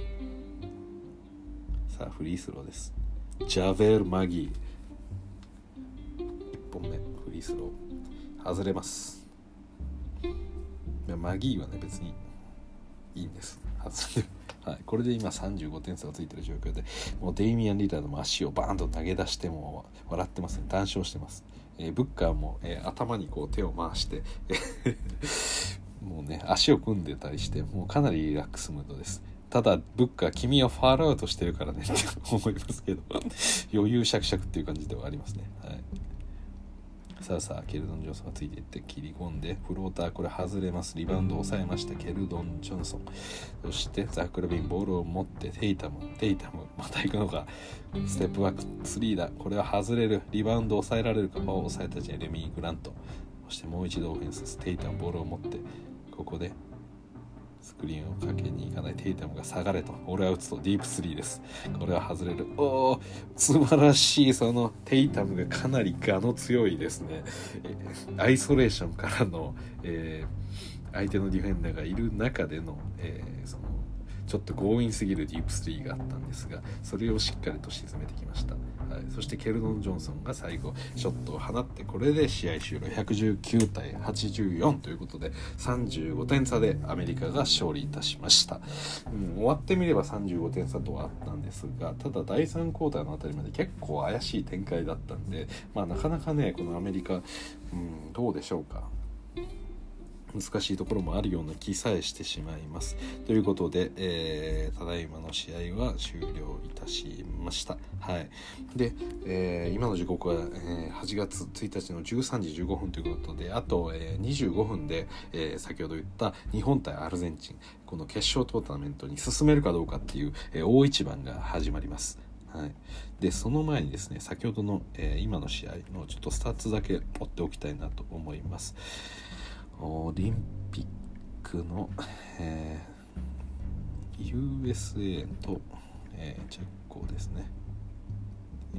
さあフリースローです。ジャベール・マギーいっぽんめフリースロー外れます。いやマギーはね別にいいんです、外れる。はい、これで今さんじゅうごてん差がついてる状況で、もうデイミアン・リラードも足をバーンと投げ出しても笑ってますね。談笑してます。えー、ブッカーも、えー、頭にこう手を回してもうね足を組んでたりして、もうかなりリラックスムードです。ただブッカー君はファールアウトしてるからねって思いますけど余裕しゃくしゃくっていう感じではありますね。はい、さあさあケルドン・ジョンソンがついていって切り込んでフローター、これ外れます。リバウンドを抑えましたケルドン・ジョンソン。そしてザクラビンボールを持ってテイタムテイタムまた行くのか。ステップバックスリーだ、これは外れる。リバウンドを抑えられるか。を抑えたジェレミー・グラント。そしてもう一度オフェンス。テイタムボールを持ってここでスクリーンをかけに行かない。テイタムが下がれと、俺は打つとディープスリーです。これは外れる。おー素晴らしい。そのテイタムがかなり我の強いですね。アイソレーションからの、えー、相手のディフェンダーがいる中での、えー、そのちょっと強引すぎるディープスリーがあったんですが、それをしっかりと沈めてきました。はい、そしてケルドン・ジョンソンが最後ショットを放って、これで試合終了。ひゃくじゅうきゅうたいはちじゅうよんということでさんじゅうごてん差でアメリカが勝利いたしました。うん、終わってみればさんじゅうごてん差とはあったんですが、ただだいさんクォーターのあたりまで結構怪しい展開だったんで、まあなかなかねこのアメリカ、うん、どうでしょうか、難しいところもあるような気さえしてしまいます。ということで、えー、ただいまの試合は終了いたしました。はい。で、えー、今の時刻は、えー、はちがつついたちのじゅうさんじじゅうごふんということで、あと、えー、にじゅうごふんで、えー、先ほど言った日本対アルゼンチン、この決勝トーナメントに進めるかどうかっていう、えー、大一番が始まります。はい、でその前にですね、先ほどの、えー、今の試合のちょっとスタッツだけ追っておきたいなと思います。オリンピックの、えー、ユーエスエー と、えー、チェコですね、え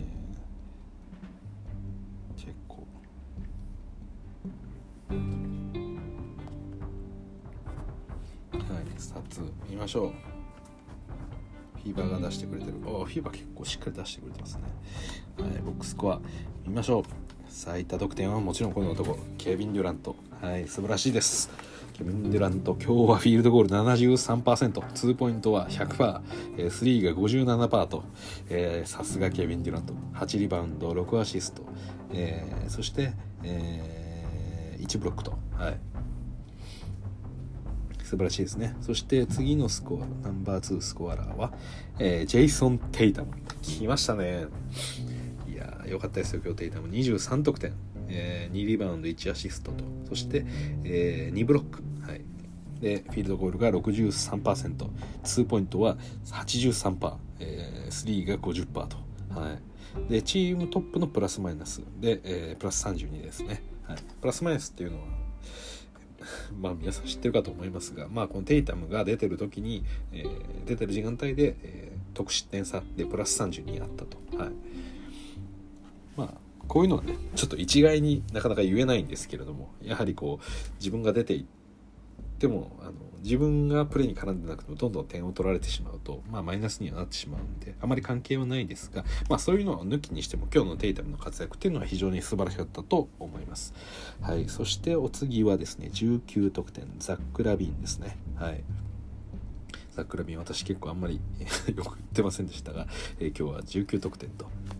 ー、チェコはい、スタッツ見ましょう。フィーバーが出してくれてる。おフィーバー結構しっかり出してくれてますね。はい、ボックスコア見ましょう。最多得点はもちろんこの男、ケビン・デュラント。はい、素晴らしいです。ケビン・デュラント、今日はフィールドゴール ななじゅうさんパーセント、ツーポイントは ひゃくパーセント、えー、スリーが ごじゅうななパーセント と、えー、さすがケビン・デュラント。はちリバウンド、ろくアシスト、えー、そして、えー、いちブロックと、はい、素晴らしいですね。そして次のスコア、ナンバーツースコアラーは、えー、ジェイソン・テイタム。来ましたね。いやーよかったですよ。今日テイタムにじゅうさんとくてん、えー、にリバウンドいちアシストと、そして、えー、にブロック、はい、でフィールドゴールが ろくじゅうさんパーセント、ツーポイントは はちじゅうさんパーセント、えー、スリーが ごじゅっパーセント と、はい、でチームトップのプラスマイナスで、えー、プラスさんじゅうにですね。はい、プラスマイナスっていうのはまあ皆さん知ってるかと思いますが、まあこのテイタムが出てる時に、えー、出てる時間帯で、えー、得失点差でプラスさんじゅうにあったと。はい、まあこういうのはねちょっと一概になかなか言えないんですけれども、やはりこう自分が出ていってもあの自分がプレーに絡んでなくてもどんどん点を取られてしまうと、まあマイナスにはなってしまうんであまり関係はないですが、まあそういうのを抜きにしても今日のテイタムの活躍っていうのは非常に素晴らしかったと思います。はい、そしてお次はですね、じゅうきゅうとくてん、ザック・ラビーンですね。はい、ザック・ラビーン、私結構あんまりよく言ってませんでしたが、えー、今日はじゅうきゅうとくてんと、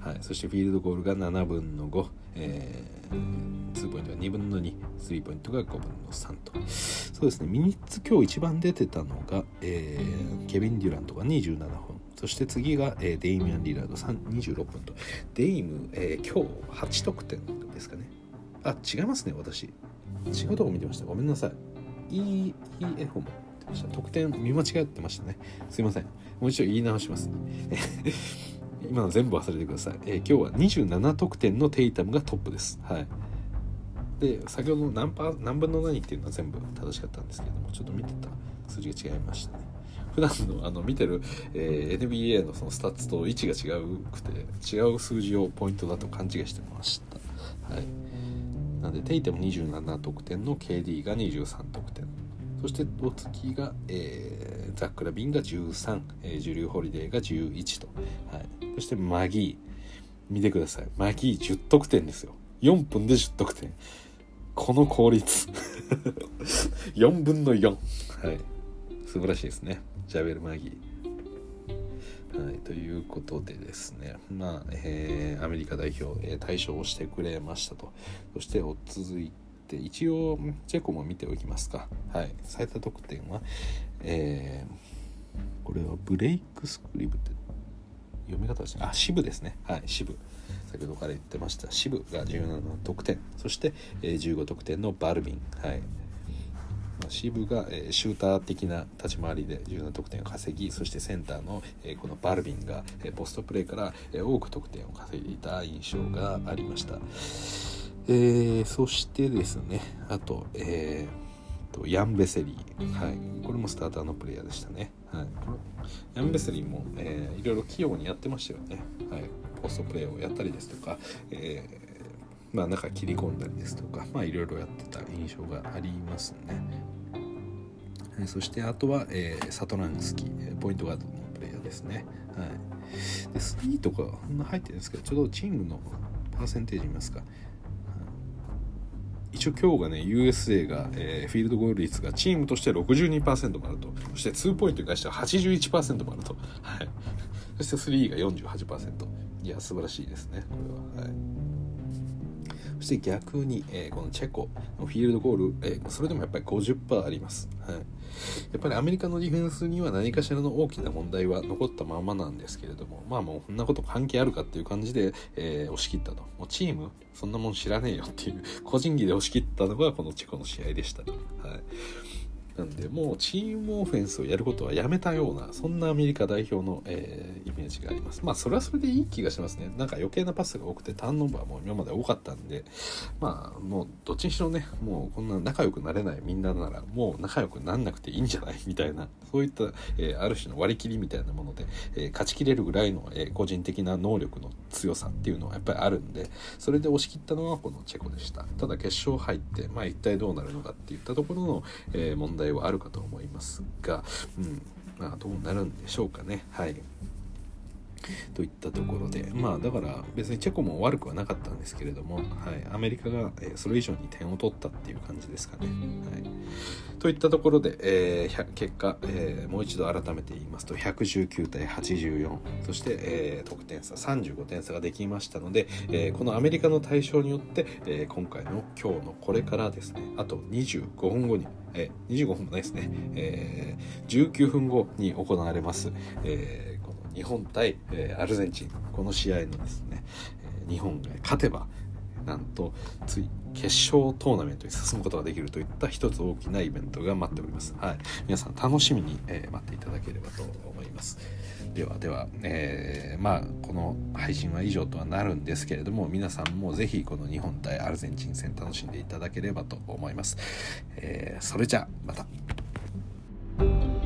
はい、そしてフィールドゴールがななぶんのご、えー、ツーポイントがにぶんのに、スリーポイントがごぶんのさんと。そうですね、ミニッツ今日一番出てたのが、えー、ケビン・デュラントがにじゅうななふん、そして次が、えー、デイミアン・リラードにじゅうろっぷんと。デイム、えー、今日はちとくてんですかね。あ、違いますね、私違うとこ見てました、ごめんなさい。 イーエフ も得点見間違ってましたね、すいません。もう一度言い直します今の全部忘れてください、えー、今日はにじゅうななとくてんのテイタムがトップです。はい。で先ほどの何パー何分の何っていうのは全部正しかったんですけれども、ちょっと見てた数字が違いましたね。普段のあの見てる、えー、エヌビーエー のそのスタッツと位置が違うくて違う数字をポイントだと勘違いしてました。はい。なのでテイタムにじゅうななとくてんの ケーディー がにじゅうさんとくてん、そしてお次が、えー、ザック・ラビンがじゅうさん、えー、ジュリュー・ホリデーがじゅういちと、はい、そしてマギー見てください、マギーじゅっとくてんですよ。よんぷんでじゅっとくてん、この効率よんぶんのよん、はい、素晴らしいですね、ジャベル・マギー。はい、ということでですね、まあえー、アメリカ代表、えー、大勝をしてくれましたと。そして続いて一応チェコも見ておきますか。はい、最多得点は、えー、これはブレイクスクリブって読み方ですね。あ、シブですね。はい、シブ。先ほどから言ってましたシブがじゅうななとくてん、そして、えー、じゅうごとくてんのバルビン。はい。シブが、えー、シューター的な立ち回りでじゅうななとくてんを稼ぎ、そしてセンターの、えー、このバルビンが、えー、ポストプレーから、えー、多く得点を稼いでいた印象がありました。えー、そしてですね、あと、えー、とヤン・ベセリー、はい、これもスターターのプレイヤーでしたね。はい、ヤン・ベセリーも、えー、いろいろ器用にやってましたよね。はい、ポストプレーをやったりですとか、えーまあ、中切り込んだりですとか、まあ、いろいろやってた印象がありますね。そしてあとは、えー、サトランスキーポイントガードのプレイヤーですね。はい、でスリーとかそんな入ってるんですけど、ちょっとチームのパーセンテージ見ますか。一応今日がね ユーエスエー が、えー、フィールドゴール率がチームとして ろくじゅうにパーセント もあると、そしてツーポイントに関しては はちじゅういちパーセント もあると、はい、そしてスリーが よんじゅうはちパーセント。 いや素晴らしいですね、これは。はい。そして逆に、えー、このチェコのフィールドゴール、えー、それでもやっぱり ごじゅっパーセント あります。はい。やっぱりアメリカのディフェンスには何かしらの大きな問題は残ったままなんですけれども、まあもうこんなこと関係あるかっていう感じで、えー、押し切ったと。もうチームそんなもん知らねえよっていう個人技で押し切ったのがこのチェコの試合でしたと。はい。なんでもうチームオフェンスをやることはやめたような、そんなアメリカ代表の、えー、イメージがあります。まあそれはそれでいい気がしますね。なんか余計なパスが多くてターンオーバーも今まで多かったんで、まあもうどっちにしろね、もうこんな仲良くなれないみんなならもう仲良くなんなくていいんじゃないみたいな、そういった、えー、ある種の割り切りみたいなもので、えー、勝ちきれるぐらいの、えー、個人的な能力の強さっていうのはやっぱりあるんで、それで押し切ったのはこのチェコでした。ただ決勝入ってまあ一体どうなるのかっていったところの、えー、問題はあるかと思いますが、うん、まあどうなるんでしょうかね。はい。といったところで、まあだから別にチェコも悪くはなかったんですけれども、はい、アメリカがそれ以上に点を取ったっていう感じですかね。はい、といったところで、えー、結果、えー、もう一度改めて言いますとひゃくじゅうきゅうたいはちじゅうよん、そして、えー、得点差さんじゅうごてん差ができましたので、えー、このアメリカの大勝によって、えー、今回の今日のこれからですね、あとにじゅうごふんごに、えー、にじゅうごふんもないですね、えー、じゅうきゅうふんごに行われます、えー日本対、えー、アルゼンチン、この試合のですね、えー、日本が勝てばなんとつい決勝トーナメントに進むことができるといった一つ大きなイベントが待っております。はい、皆さん楽しみに、えー、待っていただければと思います。ではでは、えー、まあこの配信は以上とはなるんですけれども、皆さんもぜひこの日本対アルゼンチン戦楽しんでいただければと思います。えー、それじゃあまた。